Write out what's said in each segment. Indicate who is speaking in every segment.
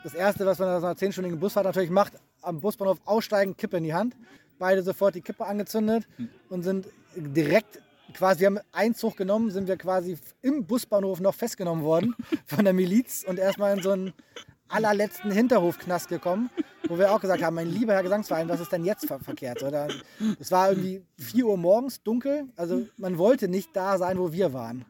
Speaker 1: das Erste, was man nach einer 10-stündigen Busfahrt natürlich macht, am Busbahnhof aussteigen, Kippe in die Hand. Beide sofort die Kippe angezündet und sind direkt quasi, wir haben einen Zug genommen, sind wir quasi im Busbahnhof noch festgenommen worden von der Miliz und erstmal in so einen allerletzten Hinterhofknast gekommen, wo wir auch gesagt haben, mein lieber Herr Gesangsverein, was ist denn jetzt verkehrt? Es war irgendwie 4 Uhr morgens, dunkel, also man wollte nicht da sein, wo wir waren.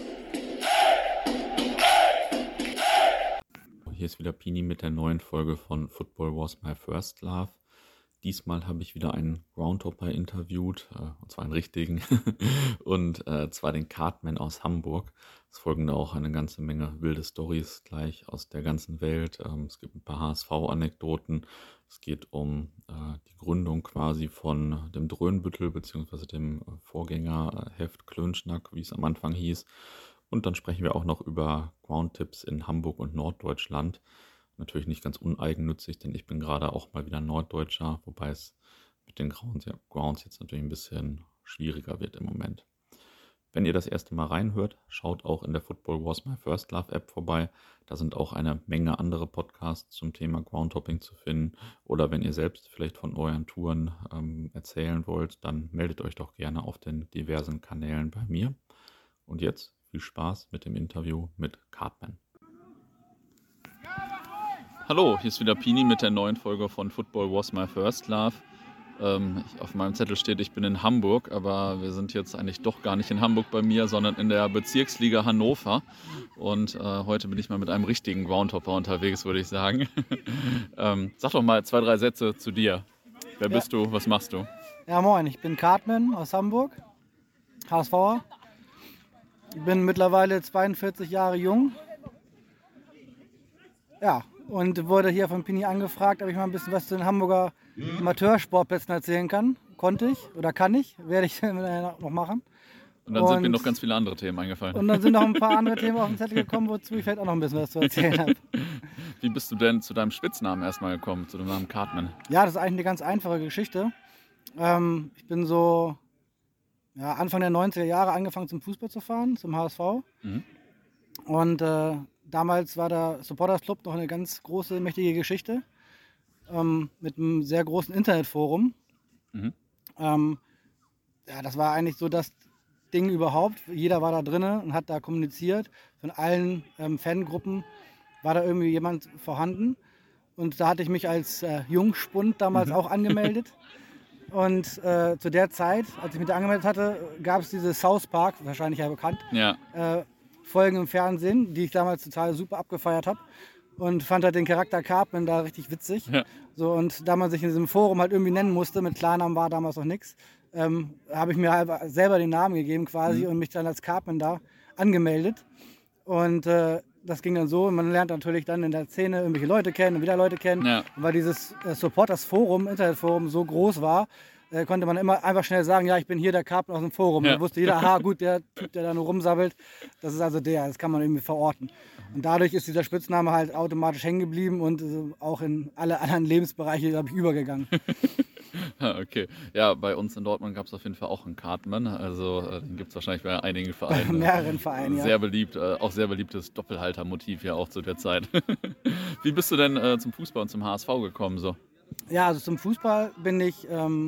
Speaker 2: Hier ist wieder Pini mit der neuen Folge von Football Was My First Love. Diesmal habe ich wieder einen Groundhopper interviewt, und zwar einen richtigen, und zwar den Cartman aus Hamburg. Es folgen da auch eine ganze Menge wilde Storys gleich aus der ganzen Welt. Es gibt ein paar HSV-Anekdoten. Es geht um die Gründung quasi von dem Dröhnbüttel bzw. dem Vorgängerheft Klönschnack, wie es am Anfang hieß. Und dann sprechen wir auch noch über Groundtipps in Hamburg und Norddeutschland. Natürlich nicht ganz uneigennützig, denn ich bin gerade auch mal wieder Norddeutscher, wobei es mit den Grounds jetzt natürlich ein bisschen schwieriger wird im Moment. Wenn ihr das erste Mal reinhört, schaut auch in der Football Was My First Love App vorbei. Da sind auch eine Menge andere Podcasts zum Thema Groundhopping zu finden. Oder wenn ihr selbst vielleicht von euren Touren erzählen wollt, dann meldet euch doch gerne auf den diversen Kanälen bei mir. Und jetzt viel Spaß mit dem Interview mit Cartman. Hallo, hier ist wieder Pini mit der neuen Folge von Football Was My First Love. Auf meinem Zettel steht, ich bin in Hamburg, aber wir sind jetzt eigentlich doch gar nicht in Hamburg bei mir, sondern in der Bezirksliga Hannover. Und heute bin ich mal mit einem richtigen Groundhopper unterwegs, würde ich sagen. Sag doch mal 2, 3 Sätze zu dir. Wer bist du? Was machst du?
Speaker 1: Ja, moin, ich bin Cartman aus Hamburg, HSVer. Ich bin mittlerweile 42 Jahre jung. Ja, und wurde hier von Pini angefragt, ob ich mal ein bisschen was zu den Hamburger Amateursportplätzen erzählen kann. Konnte ich oder kann ich, werde ich noch machen.
Speaker 2: Und dann sind mir noch ganz viele andere Themen eingefallen.
Speaker 1: Und dann sind noch ein paar andere Themen auf den Zettel gekommen, wozu ich vielleicht auch noch ein bisschen was zu erzählen habe.
Speaker 2: Wie bist du denn zu deinem Spitznamen erstmal gekommen, zu dem Namen Cartman?
Speaker 1: Ja, das ist eigentlich eine ganz einfache Geschichte. Ich bin so Anfang der 90er Jahre angefangen zum Fußball zu fahren, zum HSV. Und damals war der Supporters Club noch eine ganz große, mächtige Geschichte mit einem sehr großen Internetforum. Das war eigentlich so das Ding überhaupt. Jeder war da drin und hat da kommuniziert. Von allen Fangruppen war da irgendwie jemand vorhanden. Und da hatte ich mich als Jungspund damals auch angemeldet. Und zu der Zeit, als ich mich da angemeldet hatte, gab es diese South Park, wahrscheinlich ja bekannt, Folgen im Fernsehen, die ich damals total super abgefeiert habe. Und fand halt den Charakter Cartman da richtig witzig. Ja. So, und da man sich in diesem Forum halt irgendwie nennen musste, mit Klarnamen war damals noch nichts, habe ich mir halt selber den Namen gegeben quasi und mich dann als Cartman da angemeldet. Und das ging dann so, man lernt natürlich dann in der Szene irgendwelche Leute kennen und wieder Leute kennen. Ja. Und weil dieses Supporters-Forum, Internetforum so groß war, konnte man immer einfach schnell sagen, ja, ich bin hier der Cartman aus dem Forum. Ja. Da wusste jeder, aha, gut, der Typ, der da nur rumsabbelt, das ist also der, das kann man irgendwie verorten. Und dadurch ist dieser Spitzname halt automatisch hängen geblieben und auch in alle anderen Lebensbereiche, glaube ich, übergegangen.
Speaker 2: Okay, ja, bei uns in Dortmund gab es auf jeden Fall auch einen Cartman, also den gibt es wahrscheinlich bei einigen Vereinen.
Speaker 1: Bei mehreren Vereinen, ja.
Speaker 2: Sehr beliebt, auch sehr beliebtes Doppelhaltermotiv ja auch zu der Zeit. Wie bist du denn zum Fußball und zum HSV gekommen so?
Speaker 1: Ja, also zum Fußball bin ich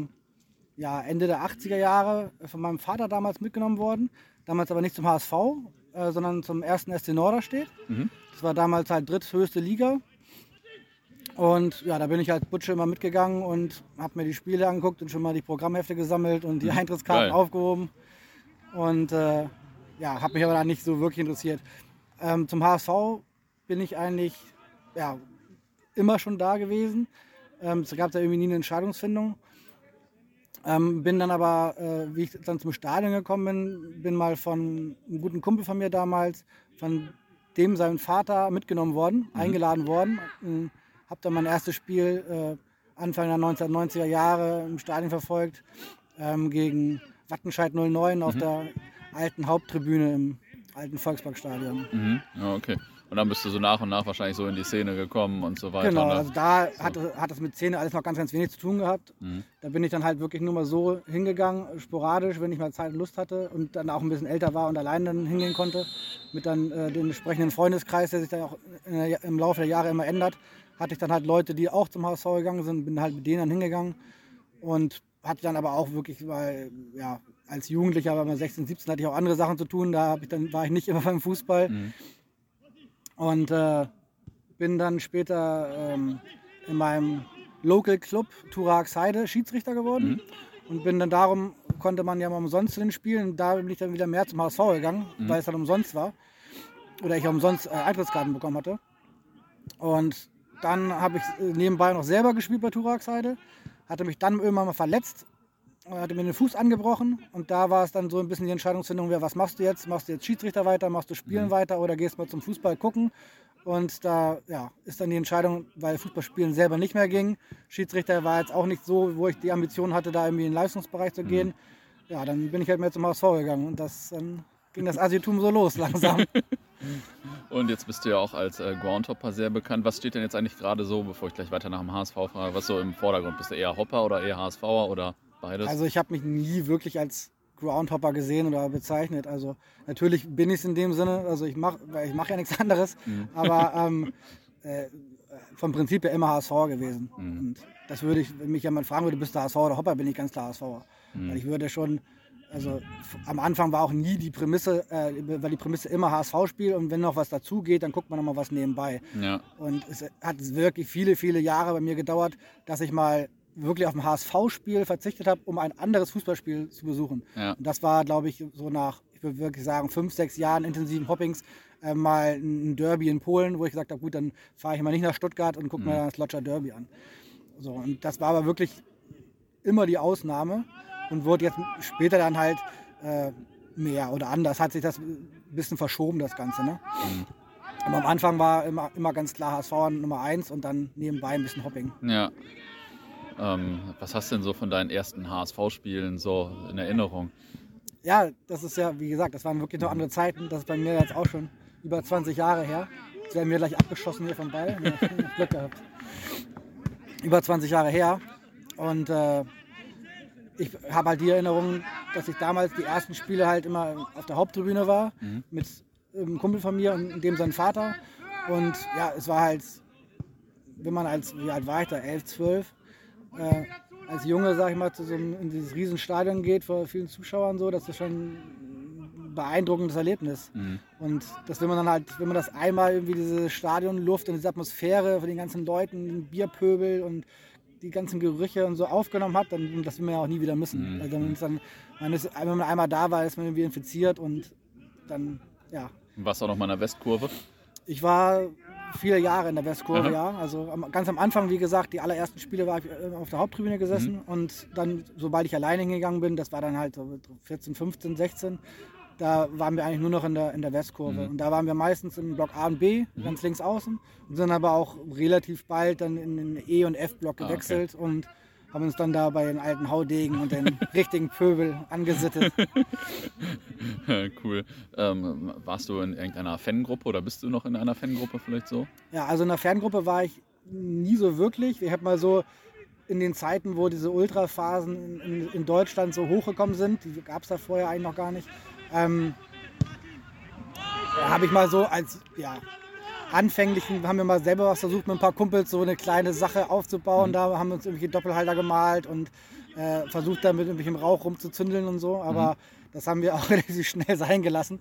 Speaker 1: Ende der 80er Jahre von meinem Vater damals mitgenommen worden. Damals aber nicht zum HSV, sondern zum 1. SC Norderstedt. Das war damals halt dritthöchste Liga. Und ja, da bin ich als Butsche immer mitgegangen und habe mir die Spiele angeguckt und schon mal die Programmhefte gesammelt und die Eintrittskarten aufgehoben. Und habe mich aber da nicht so wirklich interessiert. Zum HSV bin ich eigentlich immer schon da gewesen. Es gab da irgendwie nie eine Entscheidungsfindung. Bin dann aber, wie ich dann zum Stadion gekommen bin mal von einem guten Kumpel von mir damals, von dem sein Vater mitgenommen worden, eingeladen worden. Habe dann mein erstes Spiel Anfang der 1990er Jahre im Stadion verfolgt, gegen Wattenscheid 09 auf der alten Haupttribüne im alten Volksparkstadion.
Speaker 2: Ja, okay. Und dann bist du so nach und nach wahrscheinlich so in die Szene gekommen und so weiter.
Speaker 1: Genau,
Speaker 2: ne?
Speaker 1: also da hat das mit Szene alles noch ganz, ganz wenig zu tun gehabt. Da bin ich dann halt wirklich nur mal so hingegangen, sporadisch, wenn ich mal Zeit und Lust hatte und dann auch ein bisschen älter war und allein dann hingehen konnte. Mit dann dem entsprechenden Freundeskreis, der sich dann auch im Laufe der Jahre immer ändert, hatte ich dann halt Leute, die auch zum HSV gegangen sind, bin halt mit denen dann hingegangen und hatte dann aber auch wirklich, weil ja, als Jugendlicher, war mal 16, 17, hatte ich auch andere Sachen zu tun, war ich nicht immer beim Fußball. Und bin dann später in meinem Local Club Turax Heide Schiedsrichter geworden und bin dann darum, konnte man ja mal umsonst zu den Spielen, da bin ich dann wieder mehr zum HSV gegangen, weil es dann umsonst war oder ich umsonst Eintrittskarten bekommen hatte. Und dann habe ich nebenbei noch selber gespielt bei Turax Heide, hatte mich dann irgendwann mal verletzt, hatte mir den Fuß angebrochen und da war es dann so ein bisschen die Entscheidungsfindung, was machst du jetzt? Machst du jetzt Schiedsrichter weiter, machst du Spielen weiter oder gehst mal zum Fußball gucken? Und da ist dann die Entscheidung, weil Fußballspielen selber nicht mehr ging. Schiedsrichter war jetzt auch nicht so, wo ich die Ambition hatte, da irgendwie in den Leistungsbereich zu gehen. Ja, dann bin ich halt mehr zum HSV gegangen und dann ging das Asiatum so los langsam.
Speaker 2: Und jetzt bist du ja auch als Groundhopper sehr bekannt. Was steht denn jetzt eigentlich gerade so, bevor ich gleich weiter nach dem HSV frage, was so im Vordergrund? Bist du eher Hopper oder eher HSVer oder beides?
Speaker 1: Also ich habe mich nie wirklich als Groundhopper gesehen oder bezeichnet. Also natürlich bin ich es in dem Sinne, also ich mach ja nichts anderes, aber vom Prinzip ja immer HSVer gewesen. Und das würde ich, wenn mich jemand fragen würde, bist du HSV oder Hopper, bin ich ganz klar HSVer. Weil ich würde schon, also am Anfang war auch nie die Prämisse, weil die Prämisse immer HSV-Spiel und wenn noch was dazu geht, dann guckt man nochmal was nebenbei.
Speaker 2: Ja.
Speaker 1: Und es hat wirklich viele, viele Jahre bei mir gedauert, dass ich mal wirklich auf ein HSV-Spiel verzichtet habe, um ein anderes Fußballspiel zu besuchen.
Speaker 2: Ja.
Speaker 1: Und das war, glaube ich, so nach, ich würde wirklich sagen, 5, 6 Jahren intensiven Hoppings mal ein Derby in Polen, wo ich gesagt habe, gut, dann fahre ich mal nicht nach Stuttgart und gucke mir das Lodger Derby an. So, und das war aber wirklich immer die Ausnahme und wurde jetzt später dann halt mehr oder anders. Hat sich das ein bisschen verschoben, das Ganze. Ne? Aber am Anfang war immer ganz klar HSV Nummer 1 und dann nebenbei ein bisschen Hopping.
Speaker 2: Ja. Was hast du denn so von deinen ersten HSV-Spielen so in Erinnerung?
Speaker 1: Ja, das ist ja, wie gesagt, das waren wirklich noch andere Zeiten. Das ist bei mir jetzt auch schon über 20 Jahre her. Jetzt werden wir gleich abgeschossen hier vom Ball. Ja, Glück gehabt. Über 20 Jahre her. Und ich habe halt die Erinnerung, dass ich damals die ersten Spiele halt immer auf der Haupttribüne war. Mit einem Kumpel von mir und dem sein Vater. Und ja, es war halt, wenn man wie alt war ich da, 11, 12, als Junge, sag ich mal, in dieses Riesenstadion geht vor vielen Zuschauern so, das ist schon ein beeindruckendes Erlebnis. Und das will man dann halt, wenn man das einmal irgendwie diese Stadionluft und diese Atmosphäre von den ganzen Leuten, den Bierpöbel und die ganzen Gerüche und so aufgenommen hat, dann das will man ja auch nie wieder missen. Also wenn man einmal da war, ist man irgendwie infiziert und dann, ja.
Speaker 2: Warst du auch noch mal in der Westkurve?
Speaker 1: Ich war viele Jahre in der Westkurve, ja. Also ganz am Anfang, wie gesagt, die allerersten Spiele war ich auf der Haupttribüne gesessen und dann, sobald ich alleine hingegangen bin, das war dann halt so 14, 15, 16, da waren wir eigentlich nur noch in der Westkurve. Und da waren wir meistens im Block A und B, ganz links außen und sind aber auch relativ bald dann in den E- und F-Block gewechselt und haben uns dann da bei den alten Haudegen und den richtigen Pöbel angesittet.
Speaker 2: Cool. Warst du in irgendeiner Fangruppe oder bist du noch in einer Fangruppe vielleicht so?
Speaker 1: Ja, also in der Fangruppe war ich nie so wirklich. Ich habe mal so in den Zeiten, wo diese Ultraphasen in Deutschland so hochgekommen sind, die gab es da vorher eigentlich noch gar nicht, habe ich mal so als, ja, anfänglichen, haben wir mal selber was versucht, mit ein paar Kumpels so eine kleine Sache aufzubauen. Da haben wir uns irgendwelche Doppelhalter gemalt und versucht dann mit irgendwelchem Rauch rumzuzündeln und so. Aber das haben wir auch relativ schnell sein gelassen.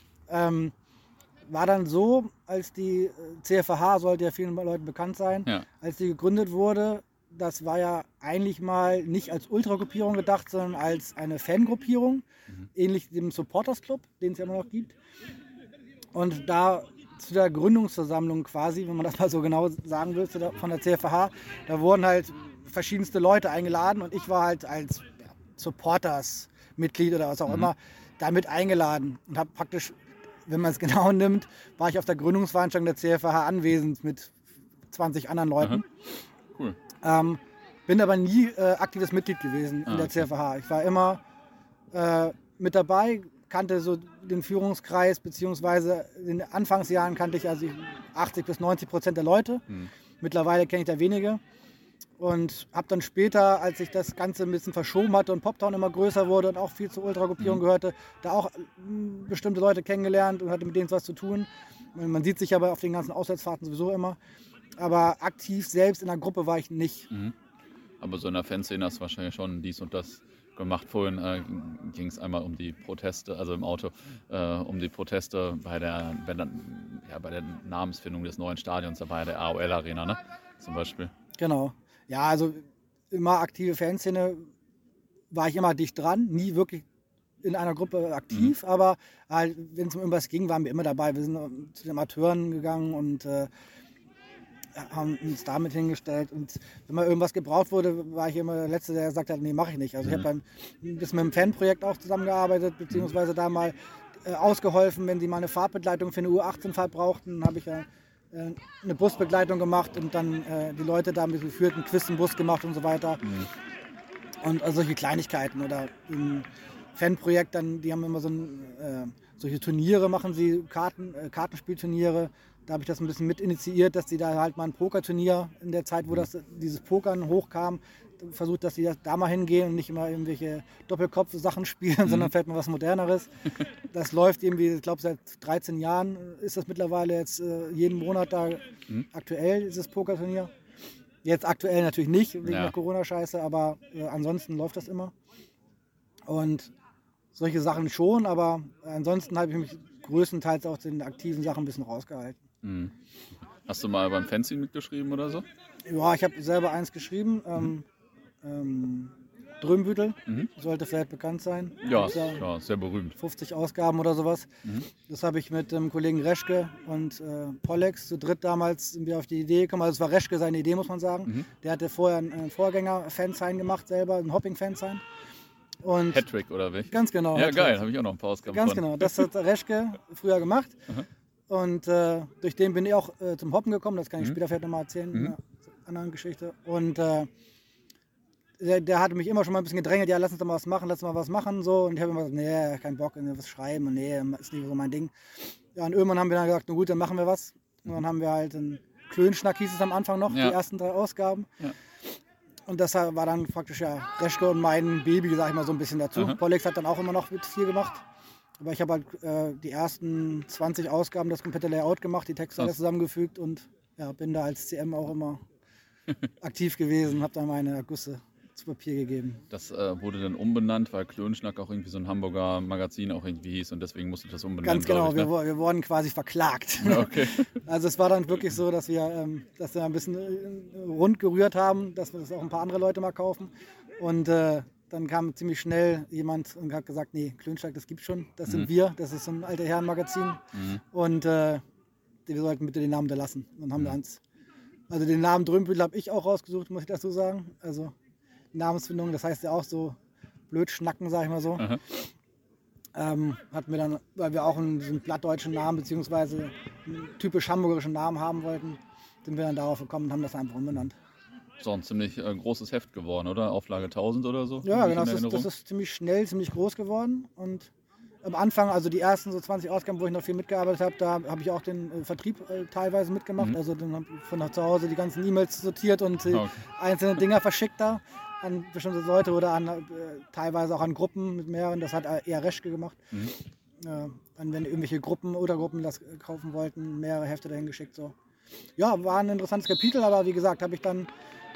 Speaker 1: War dann so, als die CFH, sollte ja vielen Leuten bekannt sein, als die gegründet wurde, das war ja eigentlich mal nicht als Ultragruppierung gedacht, sondern als eine Fangruppierung, ähnlich dem Supporters Club, den es ja immer noch gibt. Und da zu der Gründungsversammlung quasi, wenn man das mal so genau sagen will, von der CFH, da wurden halt verschiedenste Leute eingeladen und ich war halt als Supporters-Mitglied oder was auch immer da mit eingeladen und habe praktisch, wenn man es genau nimmt, war ich auf der Gründungsveranstaltung der CFH anwesend mit 20 anderen Leuten.
Speaker 2: Cool.
Speaker 1: Bin aber nie aktives Mitglied gewesen in der CFH. Ich war immer mit dabei, kannte so den Führungskreis, beziehungsweise in den Anfangsjahren kannte ich also 80-90% der Leute. Mittlerweile kenne ich da wenige. Und habe dann später, als sich das Ganze ein bisschen verschoben hatte und Poptown immer größer wurde und auch viel zur Ultragruppierung gehörte, da auch bestimmte Leute kennengelernt und hatte mit denen was zu tun. Man sieht sich aber auf den ganzen Auswärtsfahrten sowieso immer. Aber aktiv selbst in der Gruppe war ich nicht.
Speaker 2: Aber so in der Fanszene hast du wahrscheinlich schon dies und das gemacht. Vorhin ging es einmal um die Proteste, also im Auto, um die Proteste bei der Namensfindung des neuen Stadions, da war ja der AOL-Arena, ne? Zum Beispiel.
Speaker 1: Genau. Ja, also immer aktive Fanszene war ich immer dicht dran, nie wirklich in einer Gruppe aktiv, aber halt, wenn es um irgendwas ging, waren wir immer dabei. Wir sind zu den Amateuren gegangen und haben uns damit hingestellt. Und wenn mal irgendwas gebraucht wurde, war ich immer der Letzte, der gesagt hat, nee, mache ich nicht. Also ich habe dann ein bisschen mit dem Fanprojekt auch zusammengearbeitet, beziehungsweise da mal ausgeholfen, wenn sie mal eine Fahrbegleitung für eine U18-Fahrt brauchten, habe ich eine Busbegleitung gemacht und dann die Leute da mit geführt, einen Quiz im Bus gemacht und so weiter. Und also solche Kleinigkeiten oder ein Fanprojekt, dann, die haben immer solche Turniere, machen sie, Kartenspielturniere. Da habe ich das ein bisschen mit initiiert, dass sie da halt mal ein Pokerturnier in der Zeit, wo dieses Pokern hochkam, versucht, dass sie da mal hingehen und nicht immer irgendwelche Doppelkopf-Sachen spielen, sondern vielleicht mal was Moderneres. Das läuft irgendwie, ich glaube seit 13 Jahren ist das mittlerweile jetzt jeden Monat da aktuell, dieses Pokerturnier. Jetzt aktuell natürlich nicht, wegen der Corona-Scheiße, aber ansonsten läuft das immer. Und solche Sachen schon, aber ansonsten habe ich mich größtenteils auch den aktiven Sachen ein bisschen rausgehalten.
Speaker 2: Hast du mal beim Fanzine mitgeschrieben oder so?
Speaker 1: Ja, ich habe selber eins geschrieben. Drömbüttel, sollte vielleicht bekannt sein.
Speaker 2: Ja, sehr berühmt.
Speaker 1: 50 Ausgaben oder sowas. Das habe ich mit dem Kollegen Reschke und Pollex zu dritt damals sind wir auf die Idee gekommen. Also es war Reschke seine Idee, muss man sagen. Der hatte vorher einen Vorgänger-Fansign gemacht selber, einen Hopping-Fansign.
Speaker 2: Hattrick oder welch?
Speaker 1: Ganz genau.
Speaker 2: Ja, geil, habe ich auch noch ein paar Ausgaben
Speaker 1: Ganz
Speaker 2: von.
Speaker 1: genau, das hat Reschke früher gemacht. Und durch den bin ich auch zum Hoppen gekommen, das kann ich später vielleicht nochmal erzählen, in einer anderen Geschichte. Und der hatte mich immer schon mal ein bisschen gedrängelt, ja, lass uns doch mal was machen. So. Und ich habe immer gesagt, nee, kein Bock, was schreiben und nee, ist nicht so mein Ding. Ja, und irgendwann haben wir dann gesagt, na gut, dann machen wir was. Und dann haben wir halt einen Klönschnack, hieß es am Anfang noch, die ersten 3 Ausgaben. Ja. Und das war dann praktisch Reschke und mein Baby, sag ich mal, so ein bisschen dazu. Pollex hat dann auch immer noch mit viel gemacht. Aber ich habe halt die ersten 20 Ausgaben das komplette Layout gemacht, die Texte alles zusammengefügt und bin da als CM auch immer aktiv gewesen, habe dann meine Ergüsse zu Papier gegeben.
Speaker 2: Das wurde dann umbenannt, weil Klönschnack auch irgendwie so ein Hamburger Magazin auch irgendwie hieß und deswegen musste das umbenennen.
Speaker 1: Ganz genau, wir wurden quasi verklagt.
Speaker 2: Okay.
Speaker 1: Also es war dann wirklich so, dass wir ein bisschen rund gerührt haben, dass wir das auch ein paar andere Leute mal kaufen. Und dann kam ziemlich schnell jemand und hat gesagt, nee, Klönschnack, das gibt's schon, das sind wir, das ist so ein alter Herrenmagazin und wir sollten bitte den Namen da lassen. Dann haben wir uns, also den Namen Drömbüttel habe ich auch rausgesucht, muss ich dazu sagen. Also Namensfindung, das heißt ja auch so blöd schnacken, sag ich mal so. Hatten wir dann, weil wir auch einen plattdeutschen Namen beziehungsweise einen typisch hamburgerischen Namen haben wollten, sind wir dann darauf gekommen und haben das einfach umbenannt.
Speaker 2: So ein ziemlich großes Heft geworden, oder? Auflage 1000 oder so?
Speaker 1: Ja, genau, das ist ziemlich schnell, ziemlich groß geworden und am Anfang, also die ersten so 20 Ausgaben, wo ich noch viel mitgearbeitet habe, da habe ich auch den Vertrieb teilweise mitgemacht. Also dann habe ich von zu Hause die ganzen E-Mails sortiert und einzelne Dinger verschickt da an bestimmte Leute oder an teilweise auch an Gruppen mit mehreren. Das hat eher Reschke gemacht. Wenn irgendwelche Gruppen das kaufen wollten, mehrere Hefte dahin geschickt. So. Ja, war ein interessantes Kapitel, aber wie gesagt, habe ich dann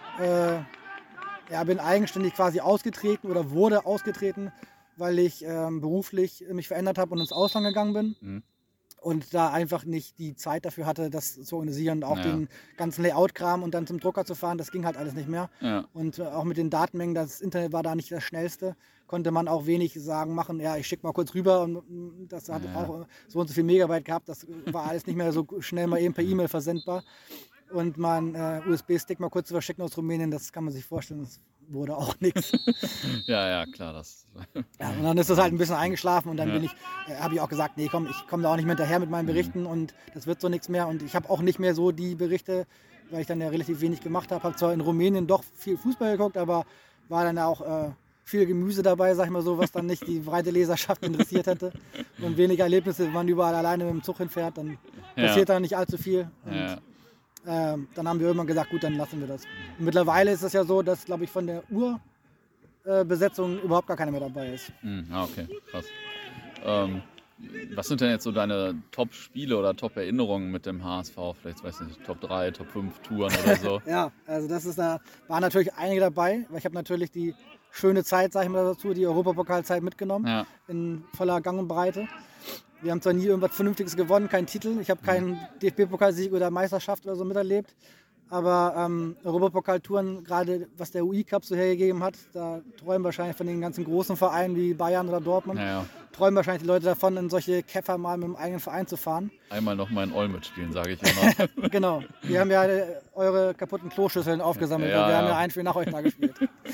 Speaker 1: bin eigenständig quasi ausgetreten oder wurde ausgetreten, weil ich beruflich mich verändert habe und ins Ausland gegangen bin und da einfach nicht die Zeit dafür hatte, das zu organisieren, auch den ganzen Layout-Kram und dann zum Drucker zu fahren, das ging halt alles nicht mehr. Ja. Und auch mit den Datenmengen, das Internet war da nicht das Schnellste, konnte man auch wenig machen, ja, ich schicke mal kurz rüber und das hat auch so und so viel Megabyte gehabt, das war alles nicht mehr so schnell mal eben per E-Mail versendbar. Und mal einen USB-Stick mal kurz zu verschicken aus Rumänien, das kann man sich vorstellen, das wurde auch nichts.
Speaker 2: Ja, klar.
Speaker 1: Und dann ist das halt ein bisschen eingeschlafen und dann habe ich auch gesagt, nee, komm, ich komme da auch nicht mehr hinterher mit meinen Berichten und das wird so nichts mehr. Und ich habe auch nicht mehr so die Berichte, weil ich dann ja relativ wenig gemacht habe. Habe zwar in Rumänien doch viel Fußball geguckt, aber war dann auch viel Gemüse dabei, sag ich mal so, was dann nicht die breite Leserschaft interessiert hätte und weniger Erlebnisse, wenn man überall alleine mit dem Zug hinfährt, dann passiert da nicht allzu viel. Und, dann haben wir irgendwann gesagt, gut, dann lassen wir das. Und mittlerweile ist es ja so, dass, glaube ich, von der Urbesetzung überhaupt gar keiner mehr dabei ist.
Speaker 3: Okay, krass. Was sind denn jetzt so deine Top-Spiele oder Top-Erinnerungen mit dem HSV? Vielleicht, weiß nicht, Top 3, Top 5 Touren oder so?
Speaker 1: Ja, also waren natürlich einige dabei, weil ich habe natürlich die schöne Zeit, sag ich mal dazu, die Europapokalzeit mitgenommen, in voller Gang und Breite. Wir haben zwar nie irgendwas Vernünftiges gewonnen, keinen Titel, ich habe keinen DFB-Pokalsieg oder Meisterschaft oder so miterlebt, aber Europapokaltouren, gerade was der UI-Cup so hergegeben hat, da träumen wahrscheinlich von den ganzen großen Vereinen wie Bayern oder Dortmund, träumen wahrscheinlich die Leute davon, in solche Käfer mal mit dem eigenen Verein zu fahren.
Speaker 3: Einmal noch mal in Olm mitspielen, sage ich immer.
Speaker 1: Genau, wir haben ja eure kaputten Kloschüsseln aufgesammelt, weil wir haben ja ein Spiel nach euch da gespielt.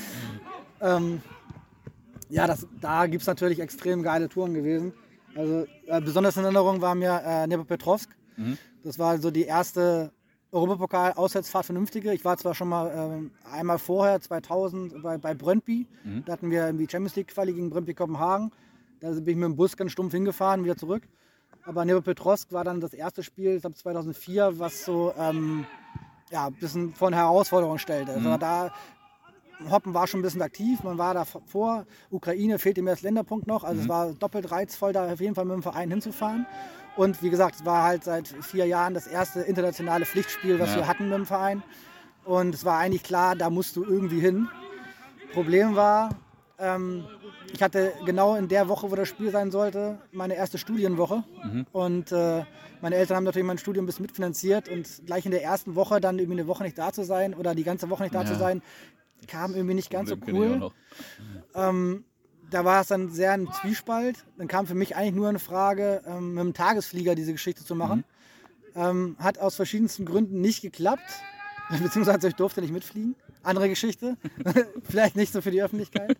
Speaker 1: Da gibt es natürlich extrem geile Touren gewesen. Also besonders in Erinnerung war mir Dnepropetrovsk. Das war so die erste Europapokal-Auswärtsfahrt vernünftige. Ich war zwar schon mal einmal vorher, 2000, bei Brøndby. Da hatten wir irgendwie Champions League-Quali gegen Brøndby Kopenhagen. Da bin ich mit dem Bus ganz stumpf hingefahren, wieder zurück. Aber Dnepropetrovsk war dann das erste Spiel, ich glaube 2004, was so ein bisschen vor eine Herausforderung stellte. Also da Hoppen war schon ein bisschen aktiv, man war davor, Ukraine fehlt ihm erst Länderpunkt noch, also es war doppelt reizvoll, da auf jeden Fall mit dem Verein hinzufahren. Und wie gesagt, es war halt seit 4 Jahren das erste internationale Pflichtspiel, was wir hatten mit dem Verein. Und es war eigentlich klar, da musst du irgendwie hin. Problem war, ich hatte genau in der Woche, wo das Spiel sein sollte, meine erste Studienwoche. Und meine Eltern haben natürlich mein Studium ein bisschen mitfinanziert und gleich in der ersten Woche dann irgendwie eine Woche nicht da zu sein oder die ganze Woche nicht da zu sein, kam irgendwie nicht ganz so cool. Da war es dann sehr ein Zwiespalt. Dann kam für mich eigentlich nur eine Frage, mit dem Tagesflieger diese Geschichte zu machen. Hat aus verschiedensten Gründen nicht geklappt, beziehungsweise ich durfte nicht mitfliegen. Andere Geschichte, vielleicht nicht so für die Öffentlichkeit.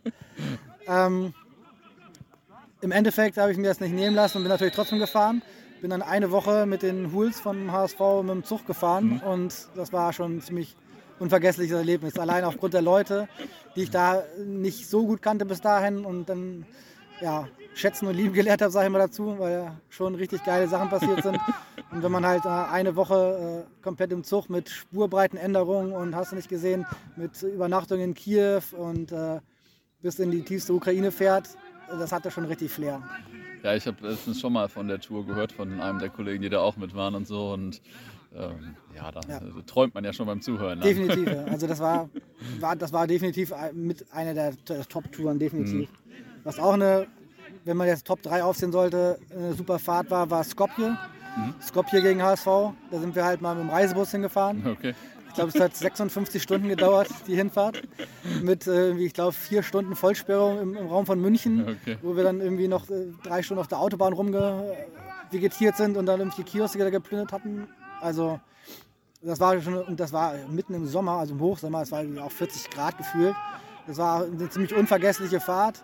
Speaker 1: Im Endeffekt habe ich mir das nicht nehmen lassen und bin natürlich trotzdem gefahren. Bin dann eine Woche mit den Hools vom HSV mit dem Zug gefahren und das war schon ein ziemlich unvergessliches Erlebnis. Allein aufgrund der Leute, die ich da nicht so gut kannte bis dahin und dann schätzen und lieben gelernt habe, sage ich mal dazu, weil ja schon richtig geile Sachen passiert sind. Und wenn man halt eine Woche komplett im Zug mit Spurbreitenänderungen und hast du nicht gesehen, mit Übernachtung in Kiew und bis in die tiefste Ukraine fährt, das hatte schon richtig Flair.
Speaker 3: Ja, ich habe letztens schon mal von der Tour gehört, von einem der Kollegen, die da auch mit waren und so. Und träumt man ja schon beim Zuhören. Ne?
Speaker 1: Definitiv, ja. Also das war definitiv mit einer der Top-Touren, definitiv. Was auch wenn man jetzt Top 3 aufsehen sollte, eine super Fahrt war Skopje. Skopje gegen HSV, da sind wir halt mal mit dem Reisebus hingefahren.
Speaker 3: Okay.
Speaker 1: Ich glaube, es hat 56 Stunden gedauert, die Hinfahrt. Mit, ich glaube, 4 Stunden Vollsperrung im Raum von München, wo wir dann irgendwie noch 3 Stunden auf der Autobahn rumgevegetiert sind und dann irgendwie Kioske da geplündert hatten. Also das war mitten im Sommer, also im Hochsommer, es war auch 40 Grad gefühlt. Das war eine ziemlich unvergessliche Fahrt,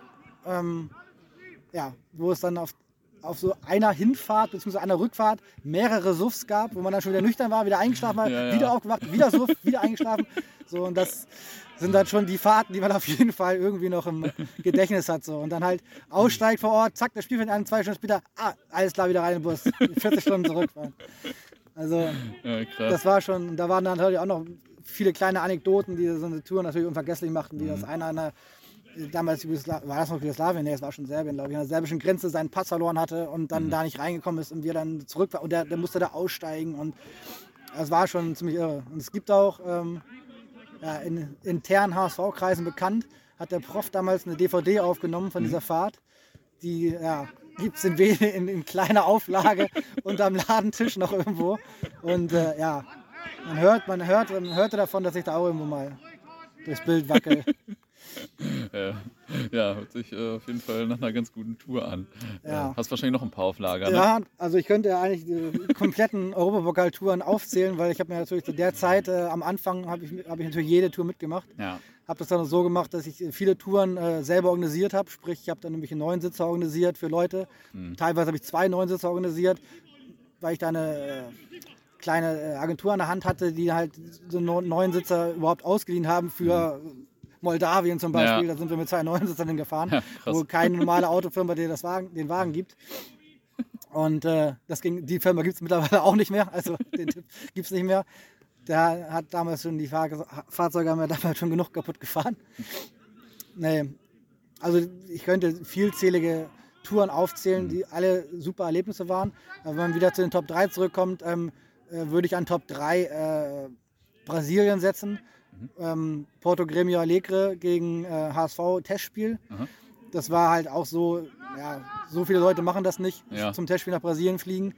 Speaker 1: wo es dann auf so einer Hinfahrt bzw. einer Rückfahrt mehrere Suffs gab, wo man dann schon wieder nüchtern war, wieder eingeschlafen war, wieder aufgewacht, wieder Suff, wieder eingeschlafen. So, und das sind dann schon die Fahrten, die man auf jeden Fall irgendwie noch im Gedächtnis hat. So. Und dann halt aussteigt vor Ort, zack, das Spiel fängt an, 2 Stunden später, alles klar, wieder rein in den Bus, 40 Stunden zurückfahren. Also das war schon, da waren dann natürlich auch noch viele kleine Anekdoten, die so eine Tour natürlich unvergesslich machten, wie das einer damals war das noch Jugoslawien, es war schon Serbien, glaube ich, an der serbischen Grenze seinen Pass verloren hatte und dann da nicht reingekommen ist und wir dann zurück waren und der musste da aussteigen und das war schon ziemlich irre. Und es gibt auch in internen HSV-Kreisen bekannt, hat der Prof damals eine DVD aufgenommen von dieser Fahrt, die gibt es in kleiner Auflage unterm Ladentisch noch irgendwo und man hörte davon, dass ich da auch irgendwo mal durchs Bild wackel.
Speaker 3: Hört sich auf jeden Fall nach einer ganz guten Tour an. Hast wahrscheinlich noch ein paar auf Lager, ne?
Speaker 1: Ja, also ich könnte eigentlich die kompletten Europapokal-Touren aufzählen, weil ich habe mir natürlich zu der Zeit, am Anfang habe ich natürlich jede Tour mitgemacht. Habe das dann so gemacht, dass ich viele Touren selber organisiert habe, sprich ich habe dann nämlich einen Neunsitzer organisiert für Leute. Teilweise habe ich 2 Neunsitzer organisiert, weil ich da eine kleine Agentur an der Hand hatte, die halt so einen Neunsitzer überhaupt ausgeliehen haben für Moldawien zum Beispiel,
Speaker 3: Ja.
Speaker 1: da sind wir mit 2 Neunsitzer gefahren,
Speaker 3: Ja, krass.
Speaker 1: wo keine normale Autofirma dir den Wagen gibt. Und die Firma gibt es mittlerweile auch nicht mehr, also den Tipp gibt es nicht mehr. Der hat damals schon, die Fahrzeuge haben wir damals schon genug kaputt gefahren. Nee, also ich könnte vielzählige Touren aufzählen, die alle super Erlebnisse waren. Aber wenn man wieder zu den Top 3 zurückkommt, würde ich an Top 3 Brasilien setzen. Porto Grêmio Alegre gegen HSV Testspiel.
Speaker 3: Aha.
Speaker 1: Das war halt auch so, ja, so viele Leute machen das nicht,
Speaker 3: Ja.
Speaker 1: zum Testspiel nach Brasilien fliegen.